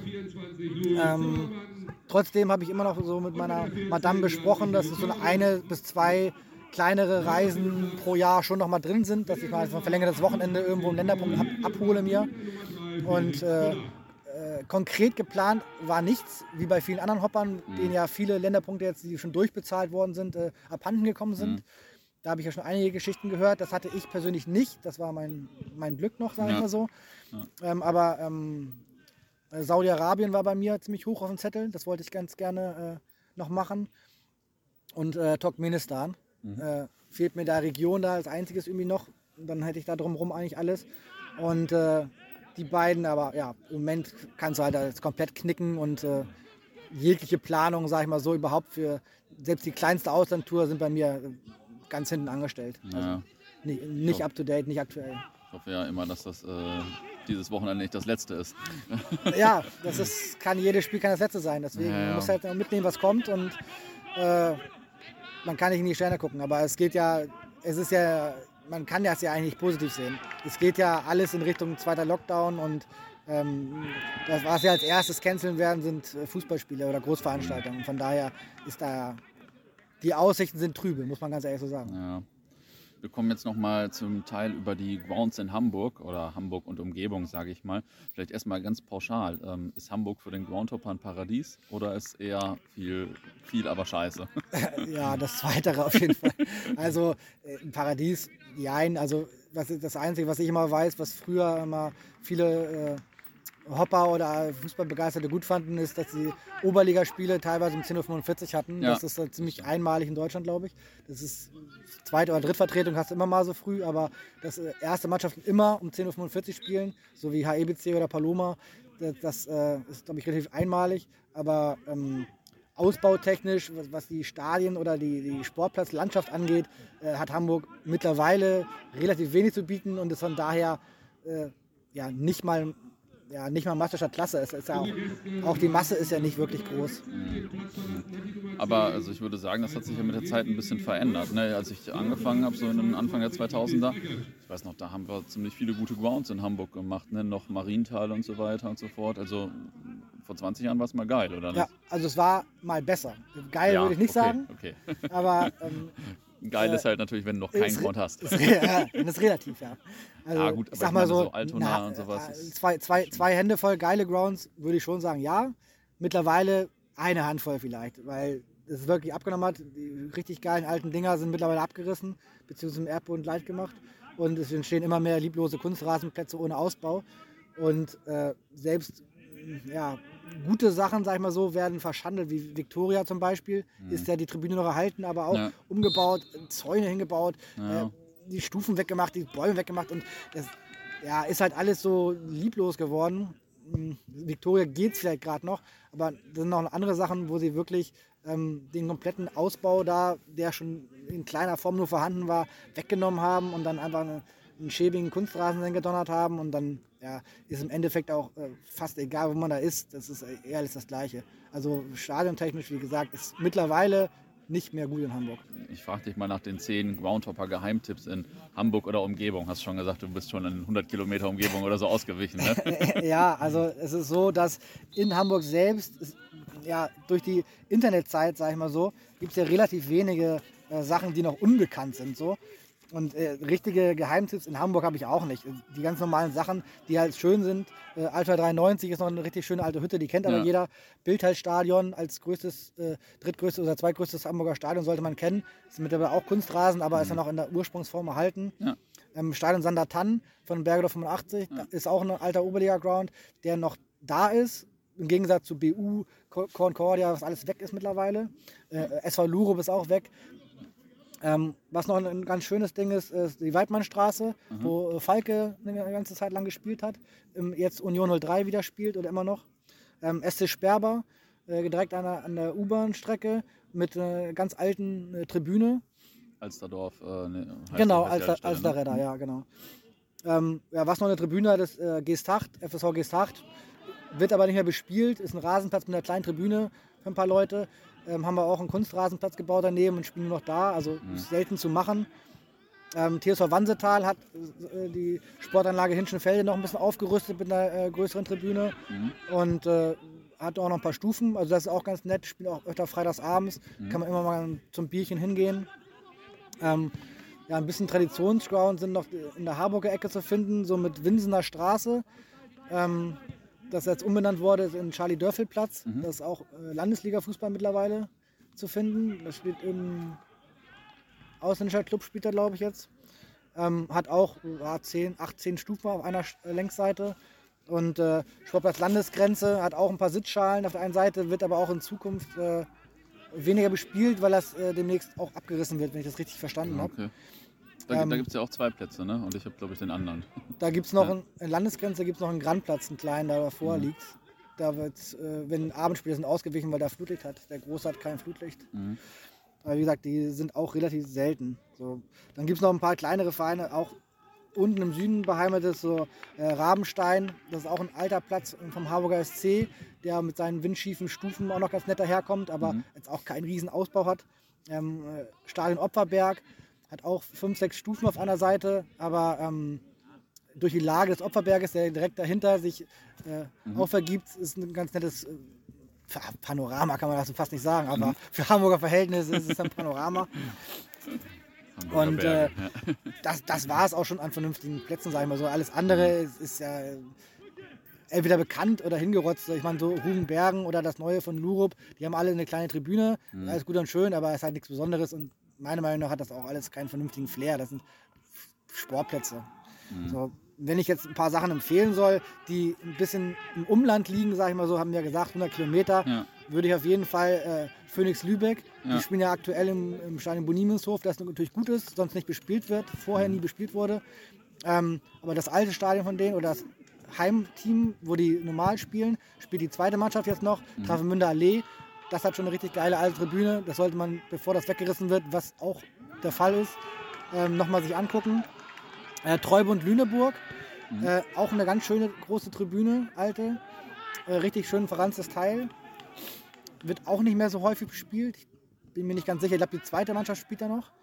Speaker 1: Trotzdem habe ich immer noch so mit meiner Madame besprochen, dass es so 1 bis 2 kleinere Reisen pro Jahr schon noch mal drin sind, dass ich mal so ein verlängertes Wochenende irgendwo einen Länderpunkt abhole mir. Und konkret geplant war nichts, wie bei vielen anderen Hoppern, denen ja viele Länderpunkte jetzt, die schon durchbezahlt worden sind, abhanden gekommen sind. Da habe ich ja schon einige Geschichten gehört. Das hatte ich persönlich nicht. Das war mein Glück noch, sage ich mal so. Ja. Aber Saudi-Arabien war bei mir ziemlich hoch auf dem Zettel. Das wollte ich ganz gerne noch machen. Und Turkmenistan. Fehlt mir da Region da als einziges irgendwie noch. Und dann hätte ich da drumherum eigentlich alles. Und die beiden, aber ja, im Moment kannst du halt das komplett knicken und jegliche Planung, sag ich mal so, überhaupt für selbst die kleinste Auslandtour sind bei mir ganz hinten angestellt. Ja. Also nicht up to date, nicht aktuell.
Speaker 3: Ich hoffe ja immer, dass das dieses Wochenende nicht das letzte ist.
Speaker 1: Ja, jedes Spiel kann das letzte sein. Deswegen man muss halt mitnehmen, was kommt und man kann nicht in die Sterne gucken. Aber man kann das ja eigentlich positiv sehen. Es geht ja alles in Richtung zweiter Lockdown und das, was wir als erstes canceln werden, sind Fußballspiele oder Großveranstaltungen. Von daher ist die Aussichten sind trübe, muss man ganz ehrlich so sagen.
Speaker 3: Ja. Wir kommen jetzt nochmal zum Teil über die Grounds in Hamburg oder Hamburg und Umgebung, sage ich mal. Vielleicht erstmal ganz pauschal. Ist Hamburg für den Groundhopper ein Paradies oder ist eher viel aber scheiße?
Speaker 1: Ja, das Zweitere auf jeden Fall. Also ein Paradies, jein. Also das Einzige, was ich immer weiß, was früher immer viele Hopper oder Fußballbegeisterte gut fanden, ist, dass die Oberligaspiele teilweise um 10.45 Uhr hatten. Ja. Das ist ziemlich einmalig in Deutschland, glaube ich. Das ist Zweit- oder Drittvertretung hast du immer mal so früh, aber dass erste Mannschaften immer um 10.45 Uhr spielen, so wie HEBC oder Paloma, das ist, glaube ich, relativ einmalig. Aber ausbautechnisch, was die Stadien oder die Sportplatzlandschaft angeht, hat Hamburg mittlerweile relativ wenig zu bieten und ist von daher nicht mal Meisterschaft Klasse. Es ist ja auch die Masse ist ja nicht wirklich groß.
Speaker 3: Aber also ich würde sagen, das hat sich ja mit der Zeit ein bisschen verändert. Ne? Als ich angefangen habe, so in den Anfang der 2000er, ich weiß noch, da haben wir ziemlich viele gute Grounds in Hamburg gemacht, ne? Noch Marienthal und so weiter und so fort. Also vor 20 Jahren war es mal geil, oder nicht?
Speaker 1: Ja, also es war mal besser. Geil würde ich nicht sagen,
Speaker 3: okay.
Speaker 1: Aber
Speaker 3: geil ist halt natürlich, wenn du noch keinen Ground hast.
Speaker 1: Das ist relativ, ja. Also,
Speaker 3: ja gut, aber
Speaker 1: ich sag mal so,
Speaker 3: Altona und sowas.
Speaker 1: Zwei Hände voll geile Grounds, würde ich schon sagen, ja. Mittlerweile eine Handvoll vielleicht, weil es wirklich abgenommen hat. Die richtig geilen alten Dinger sind mittlerweile abgerissen, beziehungsweise im Erdboden leicht gemacht. Und es entstehen immer mehr lieblose Kunstrasenplätze ohne Ausbau. Und selbst gute Sachen, sag ich mal so, werden verschandelt, wie Victoria zum Beispiel. Ist ja die Tribüne noch erhalten, aber auch umgebaut, Zäune hingebaut, die Stufen weggemacht, die Bäume weggemacht. Und das ist halt alles so lieblos geworden. Victoria geht es vielleicht gerade noch, aber das sind noch andere Sachen, wo sie wirklich den kompletten Ausbau da, der schon in kleiner Form nur vorhanden war, weggenommen haben und dann einfach einen schäbigen Kunstrasen gedonnert haben und dann ist im Endeffekt auch fast egal, wo man da ist, das ist eher alles das Gleiche. Also stadiontechnisch, wie gesagt, ist mittlerweile nicht mehr gut in Hamburg.
Speaker 3: Ich frage dich mal nach den 10 Groundhopper-Geheimtipps in Hamburg oder Umgebung. Hast schon gesagt, du bist schon in 100 Kilometer Umgebung oder so ausgewichen, ne?
Speaker 1: Ja, also es ist so, dass in Hamburg selbst, durch die Internetzeit, sag ich mal so, gibt es ja relativ wenige Sachen, die noch unbekannt sind, so. Und richtige Geheimtipps in Hamburg habe ich auch nicht. Die ganz normalen Sachen, die halt schön sind. Alpha 93 ist noch eine richtig schöne alte Hütte, die kennt aber jeder. Bildhallstadion als drittgrößtes oder zweitgrößtes Hamburger Stadion sollte man kennen. Ist mittlerweile auch Kunstrasen, aber ist ja noch in der Ursprungsform erhalten. Ja. Stadion Sandertann von Bergedorf 85 ist auch ein alter Oberliga-Ground, der noch da ist. Im Gegensatz zu BU, Concordia, was alles weg ist mittlerweile. SV Lurup ist auch weg. Was noch ein ganz schönes Ding ist die Weidmannstraße, wo Falke eine ganze Zeit lang gespielt hat. Jetzt Union 03 wieder spielt oder immer noch. SC Sperber, direkt an der U-Bahn-Strecke mit einer ganz alten Tribüne.
Speaker 3: Alsterdorf.
Speaker 1: Genau, Alsterredder, ja, genau. Was noch eine Tribüne hat, ist Geesthacht, FSV Geesthacht. Wird aber nicht mehr bespielt, ist ein Rasenplatz mit einer kleinen Tribüne für ein paar Leute. Haben wir auch einen Kunstrasenplatz gebaut daneben und spielen nur noch da, also ist selten zu machen. TSV Wansetal hat die Sportanlage Hinschenfelde noch ein bisschen aufgerüstet mit einer größeren Tribüne und hat auch noch ein paar Stufen, also das ist auch ganz nett, spielt auch öfter freitags abends, kann man immer mal zum Bierchen hingehen. Ein bisschen Traditionsground sind noch in der Harburger Ecke zu finden, so mit Winsener Straße. das jetzt umbenannt wurde, ist in Charlie-Dörfel-Platz. Das ist auch Landesliga-Fußball mittlerweile zu finden. Das spielt im ausländischer Club, spielt er, glaube ich, jetzt. Hat auch 18 Stufen auf einer Längsseite. Und Sportplatz Landesgrenze hat auch ein paar Sitzschalen auf der einen Seite, wird aber auch in Zukunft weniger bespielt, weil das demnächst auch abgerissen wird, wenn ich das richtig verstanden habe. Okay.
Speaker 3: Da gibt es ja auch 2 Plätze, ne? Und ich habe, glaube ich, den anderen.
Speaker 1: Da gibt es noch in Landesgrenze gibt es noch einen Grandplatz, einen kleinen, der davor liegt. Da wird, wenn Abendspiele sind, ausgewichen, weil der Flutlicht hat. Der Große hat kein Flutlicht. Aber wie gesagt, die sind auch relativ selten. So. Dann gibt es noch ein paar kleinere Vereine, auch unten im Süden beheimatet, so Rabenstein. Das ist auch ein alter Platz vom Harburger SC, der mit seinen windschiefen Stufen auch noch ganz nett daherkommt, aber jetzt auch keinen riesen Ausbau hat. Stadion Opferberg hat auch 5, 6 Stufen auf einer Seite, aber durch die Lage des Opferberges, der direkt dahinter sich auch vergibt, ist ein ganz nettes Panorama, kann man das fast nicht sagen, aber für Hamburger Verhältnisse ist es ein Panorama. Und das war es auch schon an vernünftigen Plätzen, sag ich mal so. Alles andere ist ja entweder bekannt oder hingerotzt. Ich meine, so Rugenbergen oder das Neue von Lurup, die haben alle eine kleine Tribüne. Alles gut und schön, aber es ist halt nichts Besonderes. Und meiner Meinung nach hat das auch alles keinen vernünftigen Flair. Das sind Sportplätze. So, wenn ich jetzt ein paar Sachen empfehlen soll, die ein bisschen im Umland liegen, sage ich mal so, haben wir gesagt, 100 Kilometer, würde ich auf jeden Fall Phoenix Lübeck, die spielen ja aktuell im Stadion Boniminshof, das natürlich gut ist, sonst nicht bespielt wird, vorher nie bespielt wurde. Aber das alte Stadion von denen oder das Heimteam, wo die normal spielen, spielt die zweite Mannschaft jetzt noch, Travemünder Allee. Das hat schon eine richtig geile alte Tribüne. Das sollte man, bevor das weggerissen wird, was auch der Fall ist, nochmal sich angucken. Treubund Lüneburg, auch eine ganz schöne große Tribüne, alte, richtig schön verranztes Teil. Wird auch nicht mehr so häufig bespielt. Ich bin mir nicht ganz sicher, ich glaube die zweite Mannschaft spielt da noch.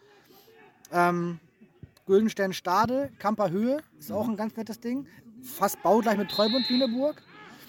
Speaker 1: Güldenstein Stade, Kamper Höhe, ist auch ein ganz nettes Ding. Fast baugleich mit Treubund Lüneburg.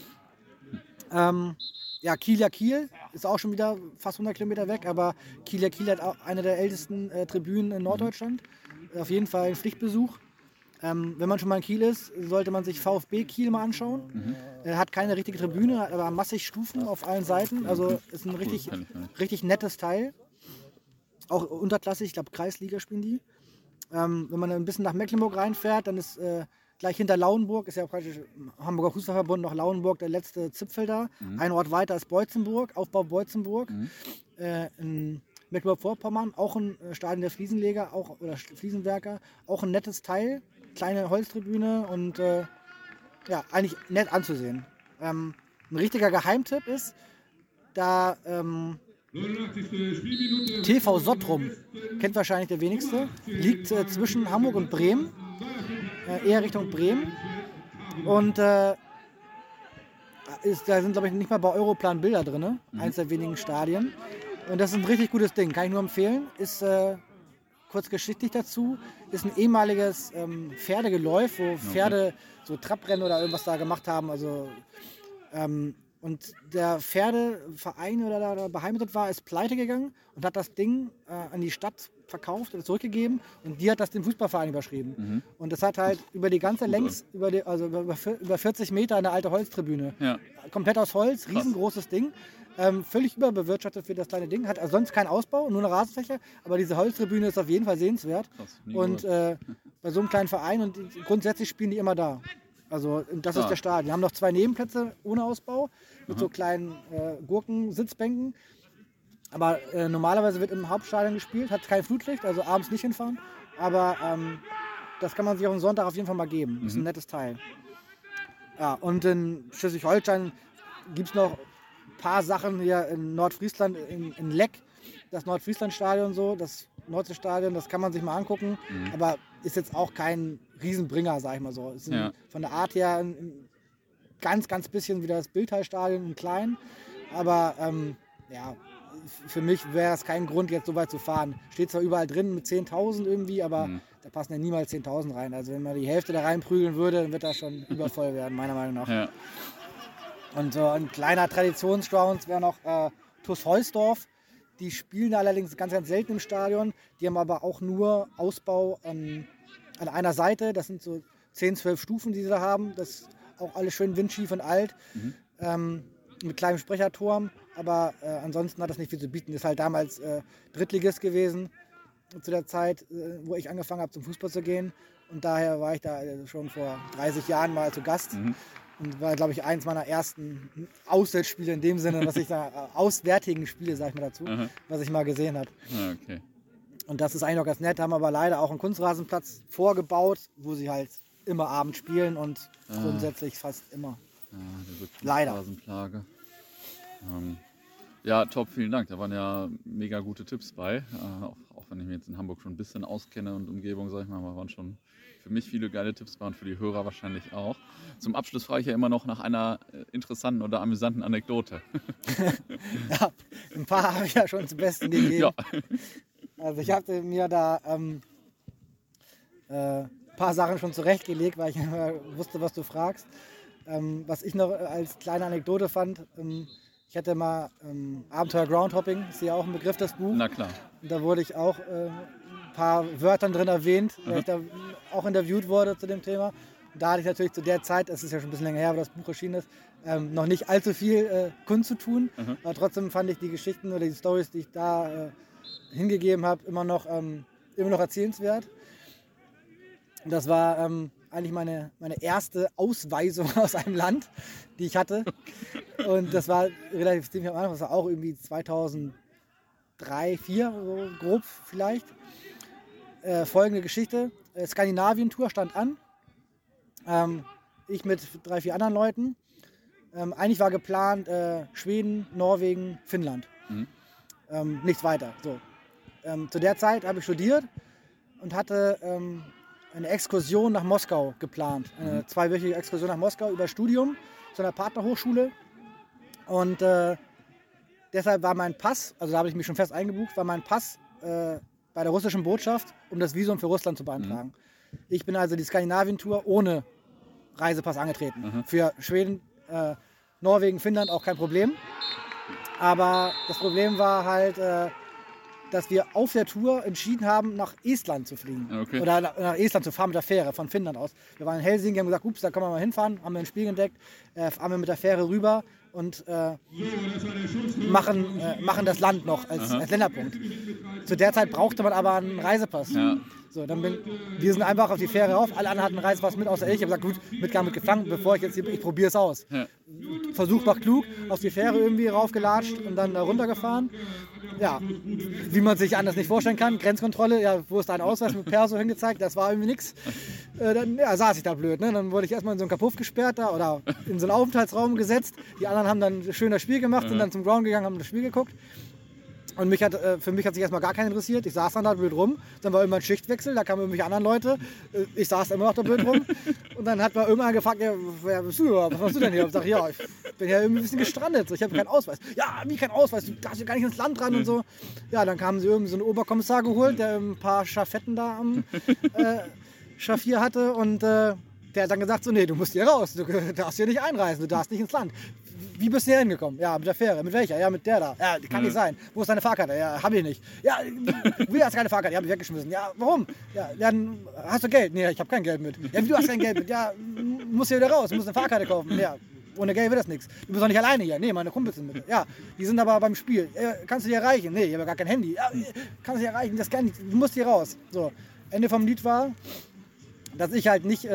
Speaker 1: Kiel ist auch schon wieder fast 100 Kilometer weg, aber Kiel hat auch eine der ältesten Tribünen in Norddeutschland. Auf jeden Fall ein Pflichtbesuch. Wenn man schon mal in Kiel ist, sollte man sich VfB Kiel mal anschauen. Hat keine richtige Tribüne, hat aber massig Stufen auf allen Seiten. Also ist ein richtig nettes Teil. Auch unterklassig, ich glaube Kreisliga spielen die. Wenn man ein bisschen nach Mecklenburg reinfährt, dann ist gleich hinter Lauenburg, ist ja praktisch Hamburger Fußballverbund, noch Lauenburg, der letzte Zipfel da. Ein Ort weiter ist Beutzenburg, Aufbau Beutzenburg. In Mecklenburg-Vorpommern, auch ein Stadion der Fliesenleger oder Fliesenwerker, auch ein nettes Teil. Kleine Holztribüne und eigentlich nett anzusehen. Ein richtiger Geheimtipp ist, da TV Sottrum, kennt wahrscheinlich der wenigste, liegt zwischen Hamburg und Bremen, eher Richtung Bremen. Und da sind, glaube ich, nicht mal bei Europlan Bilder drin, eins der wenigen Stadien. Und das ist ein richtig gutes Ding, kann ich nur empfehlen. Ist kurz geschichtlich dazu, ist ein ehemaliges Pferdegeläuf, wo Pferde so Trabrennen oder irgendwas da gemacht haben. Also, und der Pferdeverein, der da beheimatet war, ist pleite gegangen und hat das Ding an die Stadt verkauft oder zurückgegeben und die hat das dem Fußballverein überschrieben. Und das hat halt über die ganze Längs, über 40 Meter eine alte Holztribüne. Ja. Komplett aus Holz, riesengroßes Ding. Völlig überbewirtschaftet für das kleine Ding, hat also sonst keinen Ausbau, nur eine Rasenfläche, aber diese Holztribüne ist auf jeden Fall sehenswert. Und bei so einem kleinen Verein und grundsätzlich spielen die immer da. Also das ist der Stadion. Wir haben noch 2 Nebenplätze ohne Ausbau mit so kleinen Gurken-Sitzbänken. Aber normalerweise wird im Hauptstadion gespielt, hat kein Flutlicht, also abends nicht hinfahren. Aber das kann man sich auf einen Sonntag auf jeden Fall mal geben. Das ist ein nettes Teil. Ja, und in Schleswig-Holstein gibt es noch ein paar Sachen hier in Nordfriesland, in Leck, das Nordfriesland-Stadion so, das Nordseestadion, das kann man sich mal angucken, aber ist jetzt auch kein Riesenbringer, sag ich mal so. Ist von der Art her ein ganz, ganz bisschen wie das Bildhallstadion in klein, aber für mich wäre es kein Grund, jetzt so weit zu fahren. Steht zwar überall drin mit 10.000 irgendwie, aber da passen ja niemals 10.000 rein. Also wenn man die Hälfte da reinprügeln würde, dann wird das schon übervoll werden, meiner Meinung nach. Ja. Und so ein kleiner Traditionsground wäre noch TuS Heusdorf. Die spielen allerdings ganz, ganz selten im Stadion. Die haben aber auch nur Ausbau an einer Seite. Das sind so 10, 12 Stufen, die sie da haben. Das auch alles schön windschief und alt, mit kleinem Sprecherturm, aber ansonsten hat das nicht viel zu bieten. Ist halt damals Drittligist gewesen zu der Zeit, wo ich angefangen habe zum Fußball zu gehen, und daher war ich da schon vor 30 Jahren mal zu Gast. Und war, glaube ich, eins meiner ersten Auswärtsspiele in dem Sinne, was ich da, auswärtigen Spiele, sag ich mal dazu, was ich mal gesehen habe.
Speaker 3: Okay.
Speaker 1: Und das ist eigentlich auch ganz nett, haben aber leider auch einen Kunstrasenplatz vorgebaut, wo sie halt immer abends spielen und grundsätzlich fast immer.
Speaker 3: Ja, diese
Speaker 1: leider.
Speaker 3: Kunstrasenplage. Ja, top, vielen Dank. Da waren ja mega gute Tipps bei. Auch wenn ich mich jetzt in Hamburg schon ein bisschen auskenne und Umgebung, sag ich mal, waren schon für mich viele geile Tipps, waren für die Hörer wahrscheinlich auch. Zum Abschluss frage ich ja immer noch nach einer interessanten oder amüsanten Anekdote.
Speaker 1: Ja, ein paar habe ich ja schon zum Besten gegeben.
Speaker 3: Ja.
Speaker 1: Also ich hatte mir da ein paar Sachen schon zurechtgelegt, weil ich wusste, was du fragst. Was ich noch als kleine Anekdote fand, ich hatte mal Abenteuer Groundhopping, ist ja auch ein Begriff, das Buch.
Speaker 3: Na klar.
Speaker 1: Und da wurde ich auch ein paar Wörtern drin erwähnt, weil ich da auch interviewt wurde zu dem Thema. Und da hatte ich natürlich zu der Zeit, das ist ja schon ein bisschen länger her, wo das Buch erschienen ist, noch nicht allzu viel Kunst zu tun. Aber trotzdem fand ich die Geschichten oder die Storys, die ich da hingegeben habe, immer noch erzählenswert. Und das war eigentlich meine erste Ausweisung aus einem Land, die ich hatte. Und das war relativ ziemlich am Anfang, das war auch irgendwie 2003, 2004, so grob vielleicht. Folgende Geschichte: Skandinavien-Tour stand an. Ich mit 3, 4 anderen Leuten. Eigentlich war geplant Schweden, Norwegen, Finnland. Nichts weiter. So. Zu der Zeit habe ich studiert und hatte eine Exkursion nach Moskau geplant. Eine 2-wöchige Exkursion nach Moskau über Studium zu einer Partnerhochschule. Und deshalb war mein Pass, also da habe ich mich schon fest eingebucht, war mein Pass bei der russischen Botschaft, um das Visum für Russland zu beantragen. Ich bin also die Skandinavien-Tour ohne Reisepass angetreten. Für Schweden, Norwegen, Finnland auch kein Problem. Aber das Problem war halt, dass wir auf der Tour entschieden haben, nach Estland zu fliegen.
Speaker 3: Okay.
Speaker 1: Oder nach Estland zu fahren mit der Fähre von Finnland aus. Wir waren in Helsinki, haben gesagt, ups, da können wir mal hinfahren, haben wir ein Spiel entdeckt, fahren wir mit der Fähre rüber und machen das Land noch als Länderpunkt. Zu der Zeit brauchte man aber einen Reisepass.
Speaker 3: Ja.
Speaker 1: So, wir sind einfach auf die Fähre rauf, alle anderen hatten einen Reisepass mit, außer ich. Ich habe gesagt, gut, Mitgang mit gefangen, bevor ich probiere es aus.
Speaker 3: Ja.
Speaker 1: Versuch macht klug, auf die Fähre irgendwie raufgelatscht und dann da runtergefahren. Ja, wie man sich anders nicht vorstellen kann, Grenzkontrolle, ja, wo ist dein Ausweis mit Perso hingezeigt, das war irgendwie nichts. Dann saß ich da blöd, ne? Dann wurde ich erstmal in so einen Kapuff gesperrt da, oder in so einen Aufenthaltsraum gesetzt. Die anderen haben dann schön das Spiel gemacht, sind dann zum Ground gegangen, haben das Spiel geguckt. Und für mich hat sich erstmal gar keinen interessiert. Ich saß dann da blöd rum. Dann war irgendwann Schichtwechsel, da kamen irgendwelche anderen Leute. Ich saß immer noch da blöd rum. Und dann hat mal irgendwann gefragt, ja, wer bist du überhaupt? Was machst du denn hier? Und ich sag, ja, ich bin ja irgendwie ein bisschen gestrandet. So, ich habe keinen Ausweis. Ja, wie kein Ausweis? Du darfst ja gar nicht ins Land ran und so. Ja, dann kamen sie irgendwie so einen Oberkommissar geholt, der ein paar Schafetten da am Schaffier hatte. Und der hat dann gesagt, so, nee, du musst hier raus. Du darfst hier nicht einreisen, du darfst nicht ins Land. Wie bist du hier hingekommen? Ja, mit der Fähre. Mit welcher? Ja, mit der da. Ja, kann nicht sein. Wo ist deine Fahrkarte? Ja, hab ich nicht. Ja, wie hast du keine Fahrkarte? Die hab ich weggeschmissen. Ja, warum? Ja, dann hast du Geld? Nee, ich habe kein Geld mit. Ja, wie, du hast kein Geld mit? Ja, musst hier wieder raus. Du musst eine Fahrkarte kaufen. Ja, ohne Geld wird das nichts. Du bist doch nicht alleine hier. Nee, meine Kumpels sind mit. Ja, die sind aber beim Spiel. Ja, kannst du die erreichen? Nee, ich habe gar kein Handy. Ja, kannst du die erreichen? Das kann nicht. Du musst hier raus. So, Ende vom Lied war, dass ich halt nicht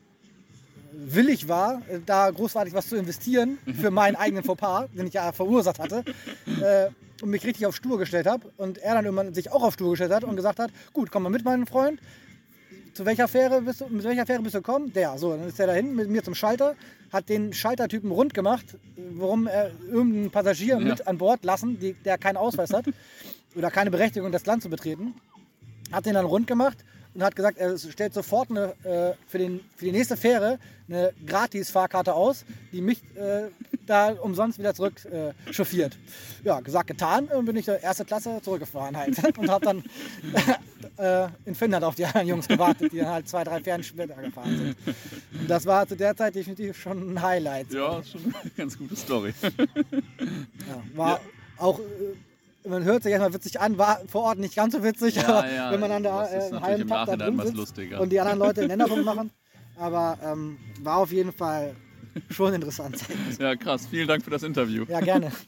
Speaker 1: willig war, da großartig was zu investieren für meinen eigenen Fauxpas, den ich ja verursacht hatte, und mich richtig auf Stur gestellt habe. Und er dann irgendwann sich auch auf Stur gestellt hat und gesagt hat, gut, komm mal mit, mein Freund. Mit welcher Fähre bist du gekommen? Der. So, dann ist er dahin mit mir zum Schalter, hat den Schaltertypen rund gemacht, warum er irgendeinen Passagier mit an Bord lassen, der keinen Ausweis hat oder keine Berechtigung, das Land zu betreten. Hat den dann rund gemacht und hat gesagt, er stellt sofort für die nächste Fähre eine Gratis-Fahrkarte aus, die mich da umsonst wieder zurück chauffiert. Ja, gesagt, getan, und bin ich der erste Klasse zurückgefahren halt und habe dann in Finnland auf die anderen Jungs gewartet, die dann halt 2, 3 Fähren später gefahren sind. Und das war zu der Zeit definitiv schon ein Highlight.
Speaker 3: Ja, schon eine ganz gute Story.
Speaker 1: Ja, war auch... Man hört sich erstmal witzig an, war vor Ort nicht ganz so witzig, aber wenn man dann da einen halben Tag da drin sitzt und die anderen Leute den Länderpunkt machen. Aber war auf jeden Fall schon interessant sein.
Speaker 3: Ja, krass. Vielen Dank für das Interview.
Speaker 1: Ja, gerne.